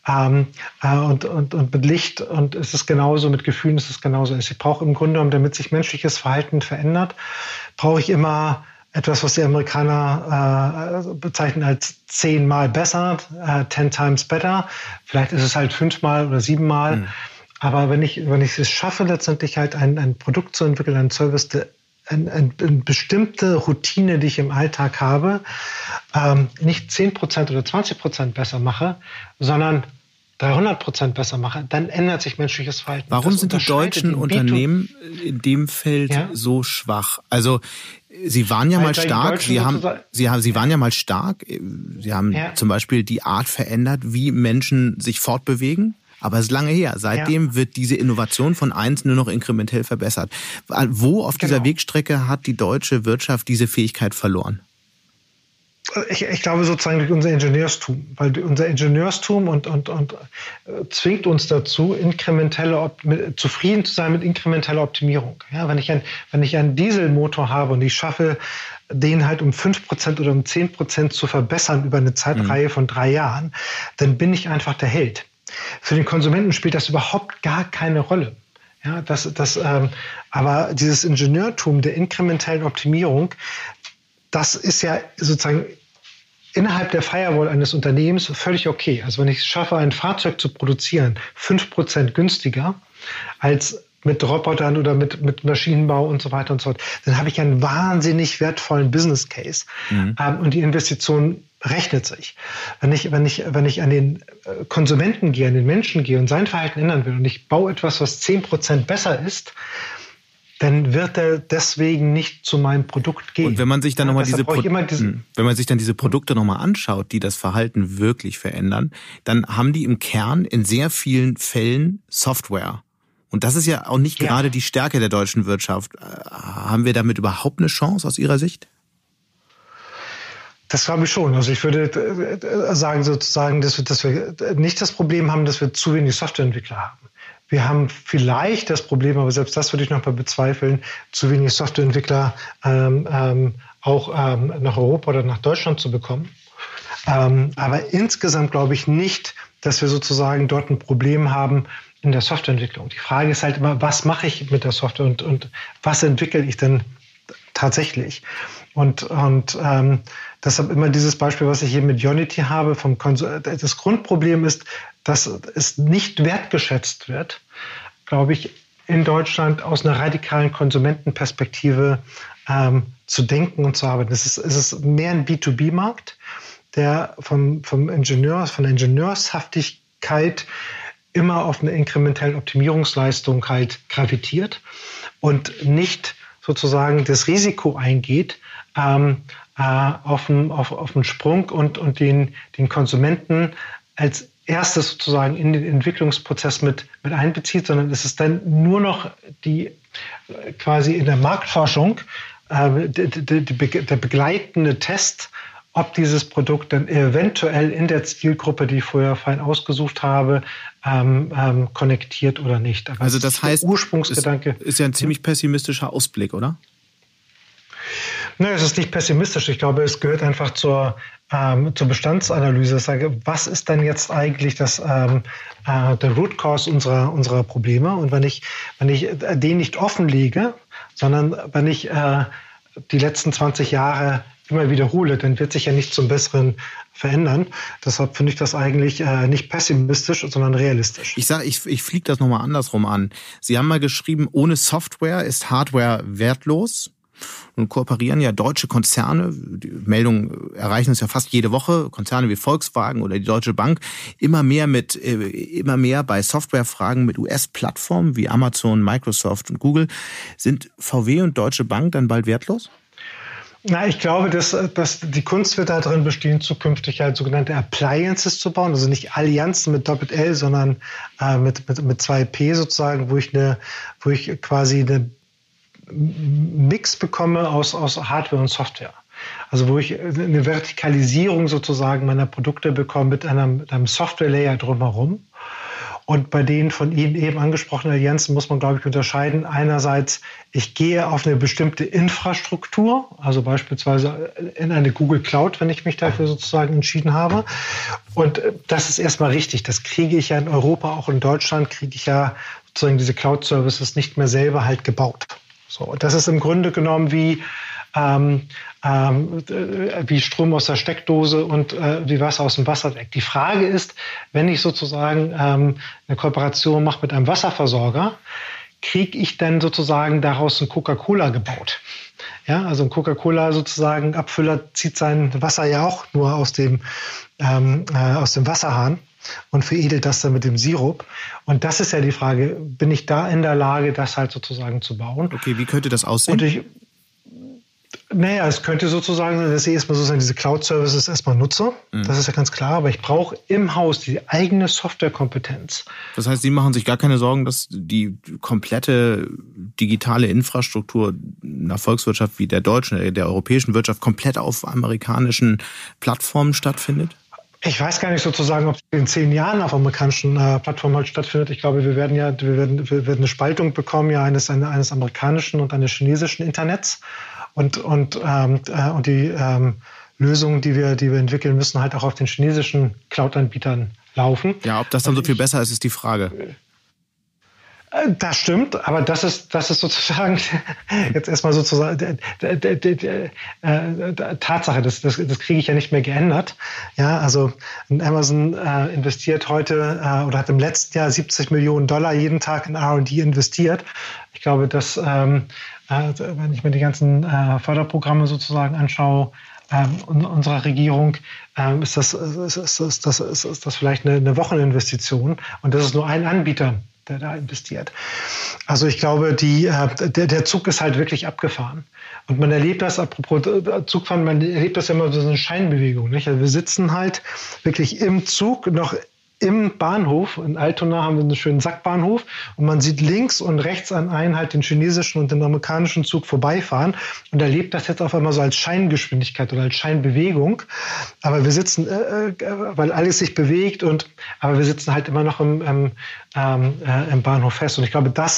Und mit Licht und es ist genauso, mit Gefühlen ist es genauso. Ich brauche im Grunde genommen, damit sich menschliches Verhalten verändert, brauche ich immer etwas, was die Amerikaner bezeichnen als 10-mal besser, 10 times better. Vielleicht ist es halt 5-mal oder 7-mal. Aber wenn ich es schaffe, letztendlich halt ein Produkt zu entwickeln, einen Service, eine bestimmte Routine, die ich im Alltag habe, nicht 10% oder 20% besser mache, sondern 300% besser mache, dann ändert sich menschliches Verhalten. Warum sind die deutschen Unternehmen in dem Feld so schwach? Also Sie waren ja mal stark. Sie waren ja mal stark. Sie haben zum Beispiel die Art verändert, wie Menschen sich fortbewegen. Aber es ist lange her. Seitdem wird diese Innovation von eins nur noch inkrementell verbessert. Wo auf dieser Wegstrecke hat die deutsche Wirtschaft diese Fähigkeit verloren? Ich glaube sozusagen durch unser Ingenieurstum, weil unser Ingenieurstum und zwingt uns dazu, zufrieden zu sein mit inkrementeller Optimierung. Ja, wenn ich einen Dieselmotor habe und ich schaffe, den halt um 5% oder um 10% zu verbessern über eine Zeitreihe von 3 Jahren, dann bin ich einfach der Held. Für den Konsumenten spielt das überhaupt gar keine Rolle. Ja, aber dieses Ingenieurtum der inkrementellen Optimierung, das ist ja sozusagen innerhalb der Firewall eines Unternehmens völlig okay. Also wenn ich es schaffe, ein Fahrzeug zu produzieren, 5% günstiger als mit Robotern oder mit Maschinenbau und so weiter und so fort, dann habe ich einen wahnsinnig wertvollen Business Case. Und die Investition rechnet sich. Wenn ich an den Konsumenten gehe, an den Menschen gehe und sein Verhalten ändern will und ich baue etwas, was 10% besser ist, dann wird er deswegen nicht zu meinem Produkt gehen. Und wenn man sich dann nochmal diese Produkte nochmal anschaut, die das Verhalten wirklich verändern, dann haben die im Kern in sehr vielen Fällen Software. Und das ist ja auch nicht gerade die Stärke der deutschen Wirtschaft. Haben wir damit überhaupt eine Chance aus Ihrer Sicht? Das glaube ich schon. Also ich würde sagen sozusagen, dass wir nicht das Problem haben, dass wir zu wenig Softwareentwickler haben. Wir haben vielleicht das Problem, aber selbst das würde ich noch mal bezweifeln, zu wenig Softwareentwickler auch nach Europa oder nach Deutschland zu bekommen. Aber insgesamt glaube ich nicht, dass wir sozusagen dort ein Problem haben in der Softwareentwicklung. Die Frage ist halt immer, was mache ich mit der Software und was entwickle ich denn tatsächlich? Und deshalb immer dieses Beispiel, was ich hier mit Unity habe, das Grundproblem ist, dass es nicht wertgeschätzt wird, glaube ich, in Deutschland aus einer radikalen Konsumentenperspektive zu denken und zu arbeiten. Es ist mehr ein B2B-Markt, der von der Ingenieurshaftigkeit immer auf eine inkrementelle Optimierungsleistung halt gravitiert und nicht sozusagen das Risiko eingeht, auf einen Sprung und den Konsumenten als erstes sozusagen in den Entwicklungsprozess mit einbezieht, sondern es ist dann nur noch die quasi in der Marktforschung der begleitende Test, ob dieses Produkt dann eventuell in der Zielgruppe, die ich vorher fein ausgesucht habe, konnektiert oder nicht. Aber also das heißt, Ursprungsgedanke ist ja ein ziemlich pessimistischer Ausblick, oder? Nein, es ist nicht pessimistisch. Ich glaube, es gehört einfach zur Bestandsanalyse. Ich sage, was ist denn jetzt eigentlich der Root Cause unserer Probleme? Und wenn ich den nicht offenlege, sondern wenn ich die letzten 20 Jahre immer wiederhole, dann wird sich ja nichts zum Besseren verändern. Deshalb finde ich das eigentlich nicht pessimistisch, sondern realistisch. Ich fliege das nochmal andersrum an. Sie haben mal geschrieben, ohne Software ist Hardware wertlos. Nun kooperieren ja deutsche Konzerne, die Meldungen erreichen uns ja fast jede Woche, Konzerne wie Volkswagen oder die Deutsche Bank, immer mehr bei Softwarefragen mit US-Plattformen wie Amazon, Microsoft und Google. Sind VW und Deutsche Bank dann bald wertlos? Na, ich glaube, dass die Kunst wird darin bestehen, zukünftig halt sogenannte Appliances zu bauen, also nicht Allianzen mit Doppel-L, sondern mit 2 P sozusagen, wo ich quasi eine Mix bekomme aus Hardware und Software. Also wo ich eine Vertikalisierung sozusagen meiner Produkte bekomme mit einem Software-Layer drumherum. Und bei den von Ihnen eben angesprochenen Allianzen muss man, glaube ich, unterscheiden. Einerseits, ich gehe auf eine bestimmte Infrastruktur, also beispielsweise in eine Google Cloud, wenn ich mich dafür sozusagen entschieden habe. Und das ist erstmal richtig. Das kriege ich ja in Europa, auch in Deutschland, kriege ich ja sozusagen diese Cloud-Services nicht mehr selber halt gebaut. So, das ist im Grunde genommen wie Strom aus der Steckdose und wie Wasser aus dem Wasserwerk. Die Frage ist, wenn ich sozusagen eine Kooperation mache mit einem Wasserversorger, kriege ich dann sozusagen daraus ein Coca-Cola gebaut? Ja, also ein Coca-Cola sozusagen Abfüller zieht sein Wasser ja auch nur aus dem Wasserhahn und veredelt das dann mit dem Sirup. Und das ist ja die Frage, bin ich da in der Lage, das halt sozusagen zu bauen? Okay, wie könnte das aussehen? Naja, es könnte sozusagen, dass ich erstmal sozusagen diese Cloud-Services erstmal nutze. Das ist ja ganz klar, aber ich brauche im Haus die eigene Softwarekompetenz. Das heißt, Sie machen sich gar keine Sorgen, dass die komplette digitale Infrastruktur einer Volkswirtschaft wie der deutschen, der europäischen Wirtschaft komplett auf amerikanischen Plattformen stattfindet? Ich weiß gar nicht sozusagen, ob es in 10 Jahren auf amerikanischen Plattformen halt stattfindet. Ich glaube, wir werden eine Spaltung bekommen, ja, eines amerikanischen und eines chinesischen Internets. Und die Lösungen, die wir entwickeln, müssen halt auch auf den chinesischen Cloud-Anbietern laufen. Ja, ob das dann so viel besser ist die Frage. Das stimmt, aber das ist sozusagen jetzt erstmal sozusagen Tatsache. Das kriege ich ja nicht mehr geändert. Ja, also Amazon investiert heute oder hat im letzten Jahr $70 Millionen jeden Tag in R&D investiert. Ich glaube, dass wenn ich mir die ganzen Förderprogramme sozusagen anschaue, unserer Regierung, ist das vielleicht eine Wocheninvestition. Und das ist nur ein Anbieter, der da investiert. Also ich glaube, der Zug ist halt wirklich abgefahren. Und man erlebt das, apropos Zugfahren, man erlebt das ja immer so eine Scheinbewegung. Nicht? Also wir sitzen halt wirklich im Zug, noch im Bahnhof. In Altona haben wir einen schönen Sackbahnhof und man sieht links und rechts an einen halt den chinesischen und den amerikanischen Zug vorbeifahren und erlebt das jetzt auf einmal so als Scheingeschwindigkeit oder als Scheinbewegung. Aber wir sitzen, weil alles sich bewegt aber wir sitzen halt immer noch im Bahnhof fest. Und ich glaube, da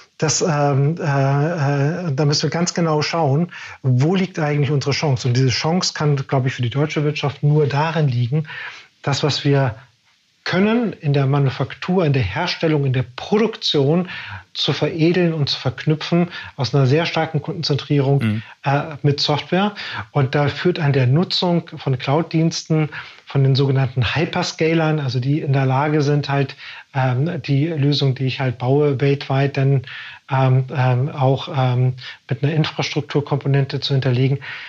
müssen wir ganz genau schauen, wo liegt eigentlich unsere Chance? Und diese Chance kann, glaube ich, für die deutsche Wirtschaft nur darin liegen, das, was wir können, in der Manufaktur, in der Herstellung, in der Produktion zu veredeln und zu verknüpfen aus einer sehr starken Kundenzentrierung mit Software. Und da führt an der Nutzung von Cloud-Diensten, von den sogenannten Hyperscalern, also die in der Lage sind, halt die Lösung, die ich halt baue, weltweit dann auch mit einer Infrastrukturkomponente zu hinterlegen.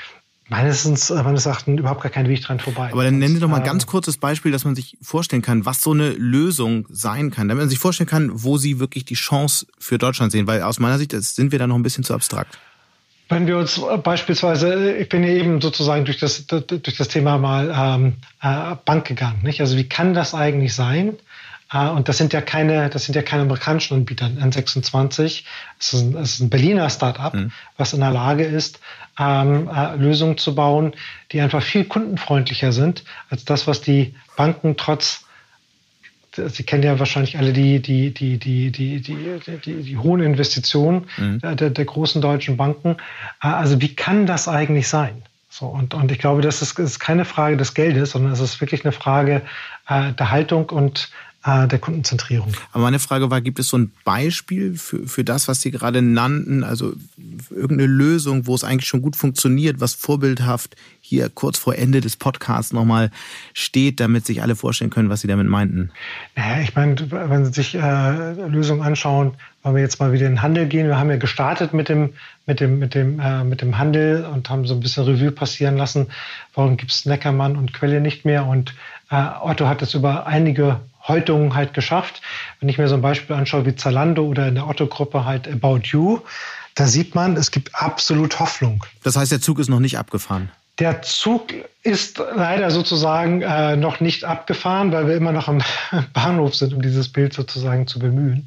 meines Erachtens überhaupt gar kein Weg dran vorbei. Aber dann nennen Sie doch mal ein ganz kurzes Beispiel, dass man sich vorstellen kann, was so eine Lösung sein kann, damit man sich vorstellen kann, wo Sie wirklich die Chance für Deutschland sehen, weil aus meiner Sicht sind wir da noch ein bisschen zu abstrakt. Wenn wir uns beispielsweise, ich bin ja eben sozusagen durch das Thema mal Bank gegangen, nicht? Also wie kann das eigentlich sein? Und das sind ja keine amerikanischen Anbieter. N26, es ist ein Berliner Start-up, was in der Lage ist, Lösungen zu bauen, die einfach viel kundenfreundlicher sind als das, was die Banken Sie kennen ja wahrscheinlich alle die hohen Investitionen der großen deutschen Banken. Also wie kann das eigentlich sein? So, und ich glaube, das ist keine Frage des Geldes, sondern es ist wirklich eine Frage der Haltung und der Kundenzentrierung. Aber meine Frage war, gibt es so ein Beispiel für das, was Sie gerade nannten, also irgendeine Lösung, wo es eigentlich schon gut funktioniert, was vorbildhaft hier kurz vor Ende des Podcasts nochmal steht, damit sich alle vorstellen können, was Sie damit meinten? Naja, ich meine, wenn Sie sich Lösungen anschauen, wenn wir jetzt mal wieder in den Handel gehen, wir haben ja gestartet mit dem Handel und haben so ein bisschen Revue passieren lassen, warum gibt es Neckermann und Quelle nicht mehr, und Otto hat es über einige Häutungen halt geschafft. Wenn ich mir so ein Beispiel anschaue wie Zalando oder in der Otto-Gruppe halt About You, da sieht man, es gibt absolut Hoffnung. Das heißt, der Zug ist noch nicht abgefahren? Der Zug ist leider sozusagen noch nicht abgefahren, weil wir immer noch am Bahnhof sind, um dieses Bild sozusagen zu bemühen.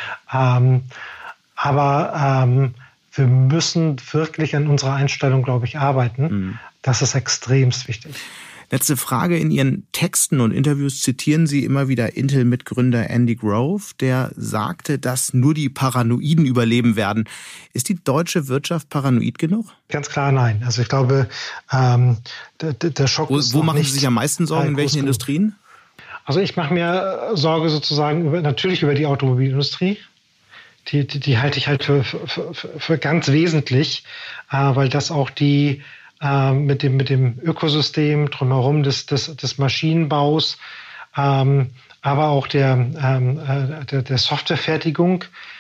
Aber wir müssen wirklich an unserer Einstellung, glaube ich, arbeiten. Das ist extremst wichtig. Letzte Frage. In Ihren Texten und Interviews zitieren Sie immer wieder Intel-Mitgründer Andy Grove, der sagte, dass nur die Paranoiden überleben werden. Ist die deutsche Wirtschaft paranoid genug? Ganz klar nein. Also ich glaube, der Schock ist Wo machen Sie sich am meisten Sorgen? In welchen Industrien? Also ich mache mir Sorge sozusagen natürlich über die Automobilindustrie. Die halte ich halt für ganz wesentlich, weil das auch die mit dem Ökosystem drumherum des Maschinenbaus, aber auch der Softwarefertigung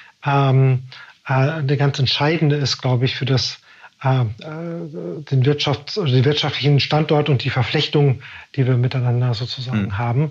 eine ganz entscheidende ist, glaube ich, für den wirtschaftlichen Standort und die Verflechtung, die wir miteinander sozusagen haben.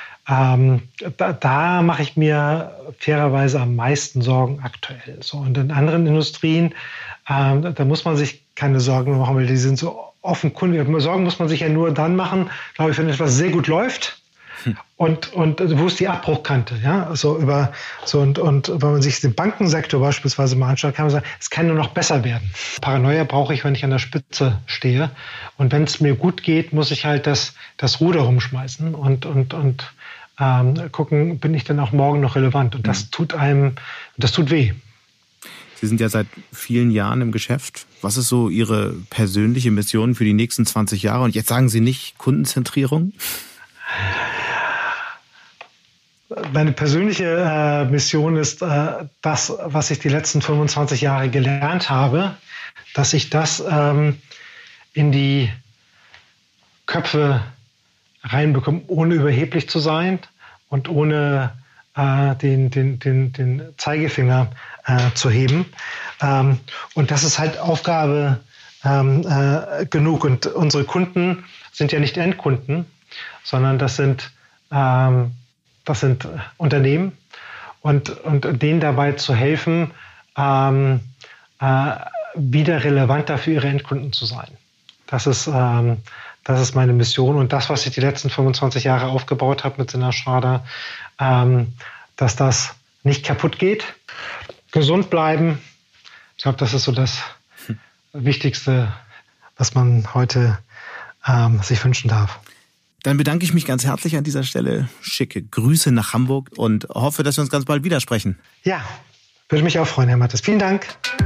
Da mache ich mir fairerweise am meisten Sorgen aktuell. So, und in anderen Industrien, da muss man sich keine Sorgen machen, weil die sind so offenkundig. Sorgen muss man sich ja nur dann machen, glaube ich, wenn etwas sehr gut läuft. Und wo ist die Abbruchkante? Ja, und wenn man sich den Bankensektor beispielsweise mal anschaut, kann man sagen, es kann nur noch besser werden. Paranoia brauche ich, wenn ich an der Spitze stehe. Und wenn es mir gut geht, muss ich halt das Ruder rumschmeißen und gucken, bin ich denn auch morgen noch relevant? Und das tut weh. Sie sind ja seit vielen Jahren im Geschäft. Was ist so Ihre persönliche Mission für die nächsten 20 Jahre? Und jetzt sagen Sie nicht Kundenzentrierung? Meine persönliche Mission ist das, was ich die letzten 25 Jahre gelernt habe, dass ich das in die Köpfe reinbekomme, ohne überheblich zu sein und ohne den Zeigefinger zu heben. Und das ist halt Aufgabe genug. Und unsere Kunden sind ja nicht Endkunden, sondern das sind Unternehmen. Und denen dabei zu helfen, wieder relevanter für ihre Endkunden zu sein. Das ist meine Mission. Und das, was ich die letzten 25 Jahre aufgebaut habe mit Sina Schrader, dass das nicht kaputt geht. Gesund bleiben. Ich glaube, das ist so das Wichtigste, was man heute sich wünschen darf. Dann bedanke ich mich ganz herzlich an dieser Stelle. Schicke Grüße nach Hamburg und hoffe, dass wir uns ganz bald widersprechen. Ja, würde mich auch freuen, Herr Mattes. Vielen Dank.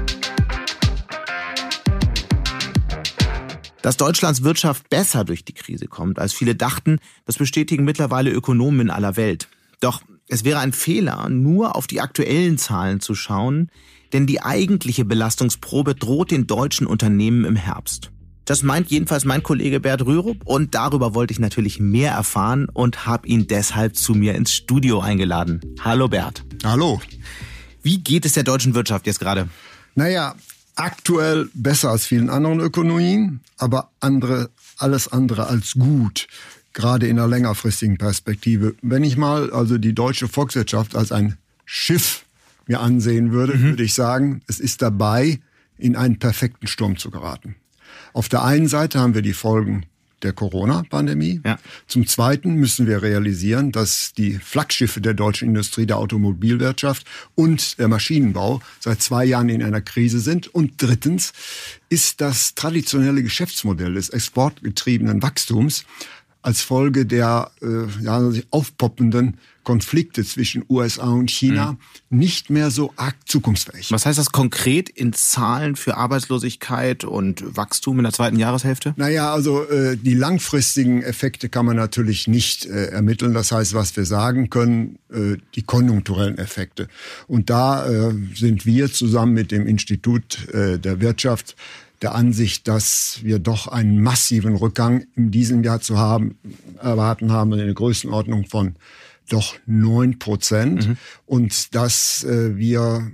Dass Deutschlands Wirtschaft besser durch die Krise kommt, als viele dachten, das bestätigen mittlerweile Ökonomen in aller Welt. Doch es wäre ein Fehler, nur auf die aktuellen Zahlen zu schauen, denn die eigentliche Belastungsprobe droht den deutschen Unternehmen im Herbst. Das meint jedenfalls mein Kollege Bert Rürup und darüber wollte ich natürlich mehr erfahren und habe ihn deshalb zu mir ins Studio eingeladen. Hallo Bert. Hallo. Wie geht es der deutschen Wirtschaft jetzt gerade? Naja, aktuell besser als vielen anderen Ökonomien, aber alles andere als gut, gerade in einer längerfristigen Perspektive. Wenn ich mal also die deutsche Volkswirtschaft als ein Schiff mir ansehen würde, würde ich sagen, es ist dabei, in einen perfekten Sturm zu geraten. Auf der einen Seite haben wir die Folgen der Corona-Pandemie. Ja. Zum Zweiten müssen wir realisieren, dass die Flaggschiffe der deutschen Industrie, der Automobilwirtschaft und der Maschinenbau seit 2 Jahren in einer Krise sind. Und drittens ist das traditionelle Geschäftsmodell des exportgetriebenen Wachstums als Folge der aufpoppenden Konflikte zwischen USA und China nicht mehr so arg zukunftsfähig. Was heißt das konkret in Zahlen für Arbeitslosigkeit und Wachstum in der zweiten Jahreshälfte? Naja, also die langfristigen Effekte kann man natürlich nicht ermitteln. Das heißt, was wir sagen können, die konjunkturellen Effekte. Und da sind wir zusammen mit dem Institut der Wirtschaft der Ansicht, dass wir doch einen massiven Rückgang in diesem Jahr erwarten haben in der Größenordnung von doch 9%. Und dass wir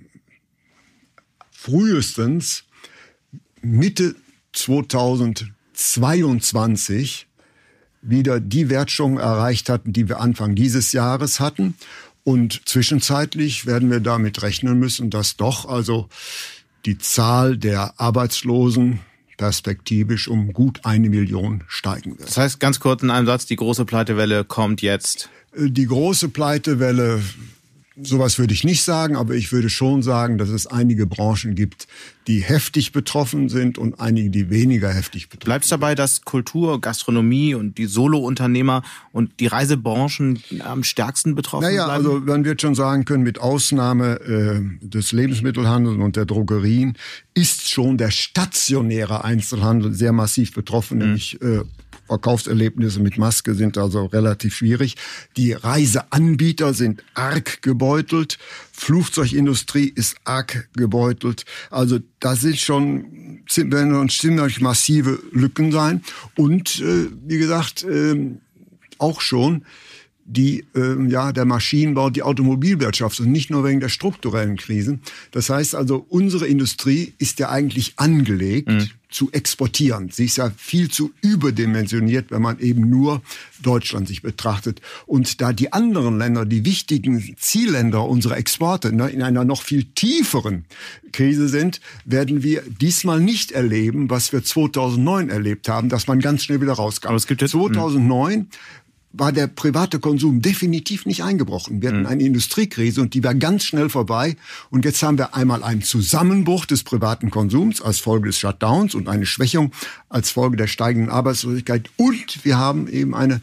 frühestens Mitte 2022 wieder die Wertschöpfung erreicht hatten, die wir Anfang dieses Jahres hatten. Und zwischenzeitlich werden wir damit rechnen müssen, dass doch also die Zahl der Arbeitslosen perspektivisch um gut 1 Million steigen wird. Das heißt, ganz kurz in einem Satz, die große Pleitewelle kommt jetzt? Die große Pleitewelle, sowas würde ich nicht sagen, aber ich würde schon sagen, dass es einige Branchen gibt, die heftig betroffen sind und einige, die weniger heftig betroffen sind. Bleibt es dabei, dass Kultur, Gastronomie und die Solounternehmer und die Reisebranchen am stärksten betroffen bleiben? Also man wird schon sagen können, mit Ausnahme des Lebensmittelhandels und der Drogerien ist schon der stationäre Einzelhandel sehr massiv betroffen, nämlich Verkaufserlebnisse mit Maske sind also relativ schwierig. Die Reiseanbieter sind arg gebeutelt. Flugzeugindustrie ist arg gebeutelt. Also da werden ziemlich massive Lücken sein. Und wie gesagt, auch schon der Maschinenbau, die Automobilwirtschaft und nicht nur wegen der strukturellen Krisen. Das heißt also, unsere Industrie ist ja eigentlich angelegt zu exportieren. Sie ist ja viel zu überdimensioniert, wenn man eben nur Deutschland sich betrachtet. Und da die anderen Länder, die wichtigen Zielländer unserer Exporte in einer noch viel tieferen Krise sind, werden wir diesmal nicht erleben, was wir 2009 erlebt haben, dass man ganz schnell wieder rauskam. Aber es gibt jetzt 2009 war der private Konsum definitiv nicht eingebrochen. Wir hatten eine Industriekrise und die war ganz schnell vorbei. Und jetzt haben wir einmal einen Zusammenbruch des privaten Konsums als Folge des Shutdowns und eine Schwächung als Folge der steigenden Arbeitslosigkeit. Und wir haben eben eine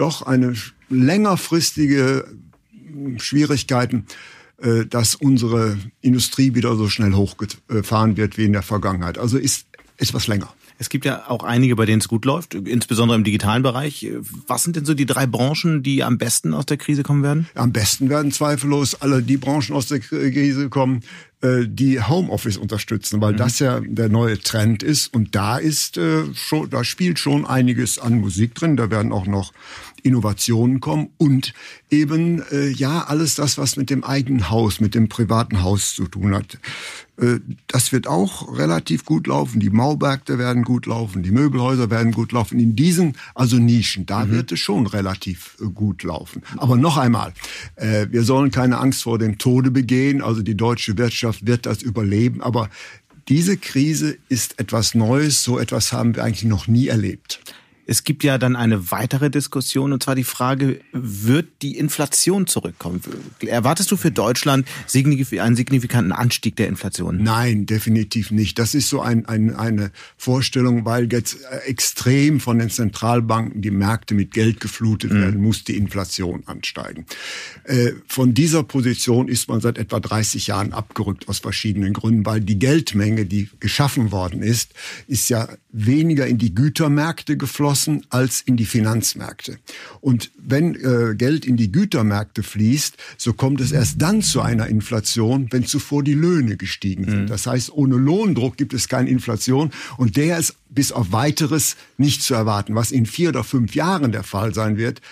längerfristige Schwierigkeiten, dass unsere Industrie wieder so schnell hochgefahren wird wie in der Vergangenheit. Also ist etwas länger. Es gibt ja auch einige, bei denen es gut läuft, insbesondere im digitalen Bereich. Was sind denn so die 3 Branchen, die am besten aus der Krise kommen werden? Am besten werden zweifellos alle die Branchen aus der Krise kommen, die Homeoffice unterstützen, weil das ja der neue Trend ist. Und da spielt schon einiges an Musik drin. Da werden auch noch Innovationen kommen und eben alles das, was mit dem eigenen Haus, mit dem privaten Haus zu tun hat. Das wird auch relativ gut laufen. Die Baumärkte werden gut laufen, die Möbelhäuser werden gut laufen. In diesen Nischen, da wird es schon relativ gut laufen. Aber noch einmal, wir sollen keine Angst vor dem Tode begehen. Also die deutsche Wirtschaft wird das überleben. Aber diese Krise ist etwas Neues. So etwas haben wir eigentlich noch nie erlebt. Es gibt ja dann eine weitere Diskussion, und zwar die Frage, wird die Inflation zurückkommen? Erwartest du für Deutschland einen signifikanten Anstieg der Inflation? Nein, definitiv nicht. Das ist so eine Vorstellung, weil jetzt extrem von den Zentralbanken die Märkte mit Geld geflutet werden, muss die Inflation ansteigen. Von dieser Position ist man seit etwa 30 Jahren abgerückt aus verschiedenen Gründen, weil die Geldmenge, die geschaffen worden ist ja weniger in die Gütermärkte geflossen als in die Finanzmärkte. Und wenn Geld in die Gütermärkte fließt, so kommt es erst dann zu einer Inflation, wenn zuvor die Löhne gestiegen sind. Das heißt, ohne Lohndruck gibt es keine Inflation und der ist bis auf Weiteres nicht zu erwarten. Was in 4 oder 5 Jahren der Fall sein wird,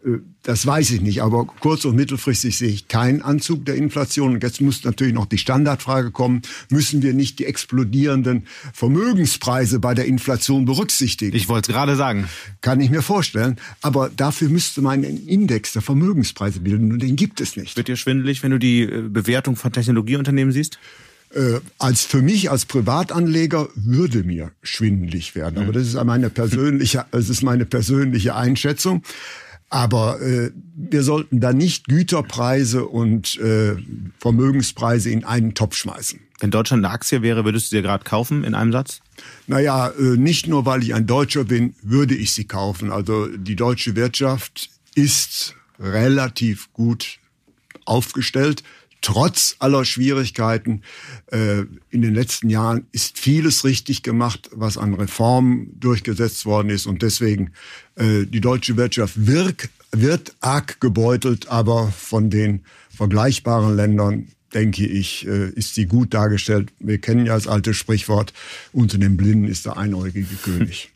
Das weiß ich nicht, aber kurz- und mittelfristig sehe ich keinen Anzug der Inflation. Und jetzt muss natürlich noch die Standardfrage kommen, müssen wir nicht die explodierenden Vermögenspreise bei der Inflation berücksichtigen? Ich wollte es gerade sagen. Kann ich mir vorstellen. Aber dafür müsste man einen Index der Vermögenspreise bilden und den gibt es nicht. Wird dir schwindelig, wenn du die Bewertung von Technologieunternehmen siehst? Für mich als Privatanleger würde mir schwindelig werden. Aber das ist meine persönliche Einschätzung. Aber wir sollten da nicht Güterpreise und Vermögenspreise in einen Topf schmeißen. Wenn Deutschland eine Aktie wäre, würdest du sie gerade kaufen in einem Satz? Naja, nicht nur, weil ich ein Deutscher bin, würde ich sie kaufen. Also die deutsche Wirtschaft ist relativ gut aufgestellt. Trotz aller Schwierigkeiten in den letzten Jahren ist vieles richtig gemacht, was an Reformen durchgesetzt worden ist. Und deswegen, die deutsche Wirtschaft wird arg gebeutelt, aber von den vergleichbaren Ländern, denke ich, ist sie gut dargestellt. Wir kennen ja das alte Sprichwort, unter den Blinden ist der einäugige König.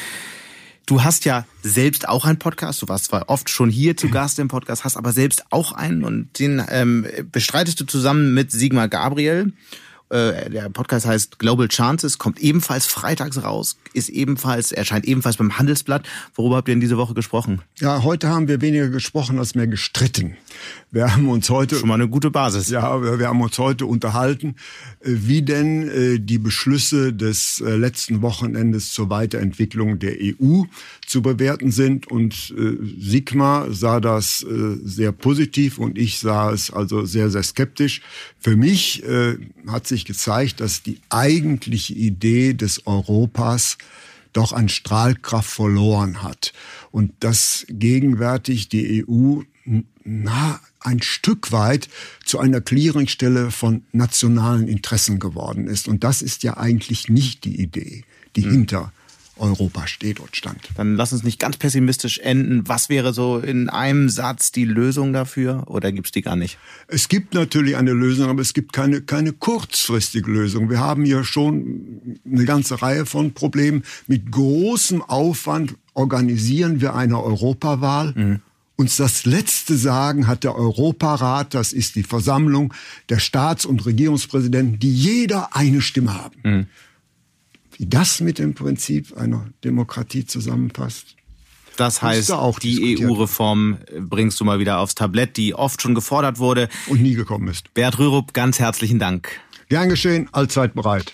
Du hast ja selbst auch einen Podcast. Du warst zwar oft schon hier zu Gast im Podcast, hast aber selbst auch einen und den bestreitest du zusammen mit Sigmar Gabriel. Der Podcast heißt Global Chances, kommt ebenfalls freitags raus, erscheint ebenfalls beim Handelsblatt. Worüber habt ihr in dieser Woche gesprochen? Ja, heute haben wir weniger gesprochen als mehr gestritten. Wir haben uns heute schon mal eine gute Basis. Ja, wir haben uns heute unterhalten, wie denn die Beschlüsse des letzten Wochenendes zur Weiterentwicklung der EU zu bewerten sind. Und Sigmar sah das sehr positiv und ich sah es also sehr, sehr skeptisch. Für mich hat sich gezeigt, dass die eigentliche Idee des Europas doch an Strahlkraft verloren hat. Und dass gegenwärtig die EU ein Stück weit zu einer Clearingstelle von nationalen Interessen geworden ist. Und das ist ja eigentlich nicht die Idee, die hinter Europa steht und stand. Dann lass uns nicht ganz pessimistisch enden. Was wäre so in einem Satz die Lösung dafür? Oder gibt's die gar nicht? Es gibt natürlich eine Lösung, aber es gibt keine kurzfristige Lösung. Wir haben hier schon eine ganze Reihe von Problemen. Mit großem Aufwand organisieren wir eine Europawahl. Uns das letzte Sagen hat der Europarat, das ist die Versammlung der Staats- und Regierungspräsidenten, die jeder eine Stimme haben. Wie das mit dem Prinzip einer Demokratie zusammenpasst. Das heißt, die EU-Reform bringst du mal wieder aufs Tablett, die oft schon gefordert wurde. Und nie gekommen ist. Bert Rürup, ganz herzlichen Dank. Gern geschehen, allzeit bereit.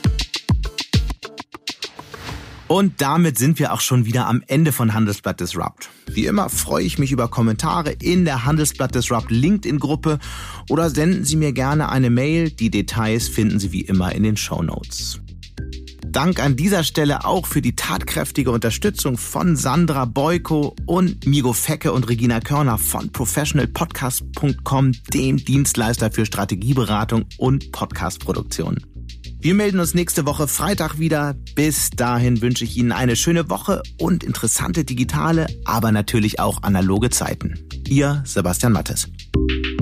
Und damit sind wir auch schon wieder am Ende von Handelsblatt Disrupt. Wie immer freue ich mich über Kommentare in der Handelsblatt Disrupt LinkedIn-Gruppe oder senden Sie mir gerne eine Mail. Die Details finden Sie wie immer in den Shownotes. Dank an dieser Stelle auch für die tatkräftige Unterstützung von Sandra Boyko und Migo Fecke und Regina Körner von professionalpodcast.com, dem Dienstleister für Strategieberatung und Podcastproduktion. Wir melden uns nächste Woche Freitag wieder. Bis dahin wünsche ich Ihnen eine schöne Woche und interessante digitale, aber natürlich auch analoge Zeiten. Ihr Sebastian Mattes.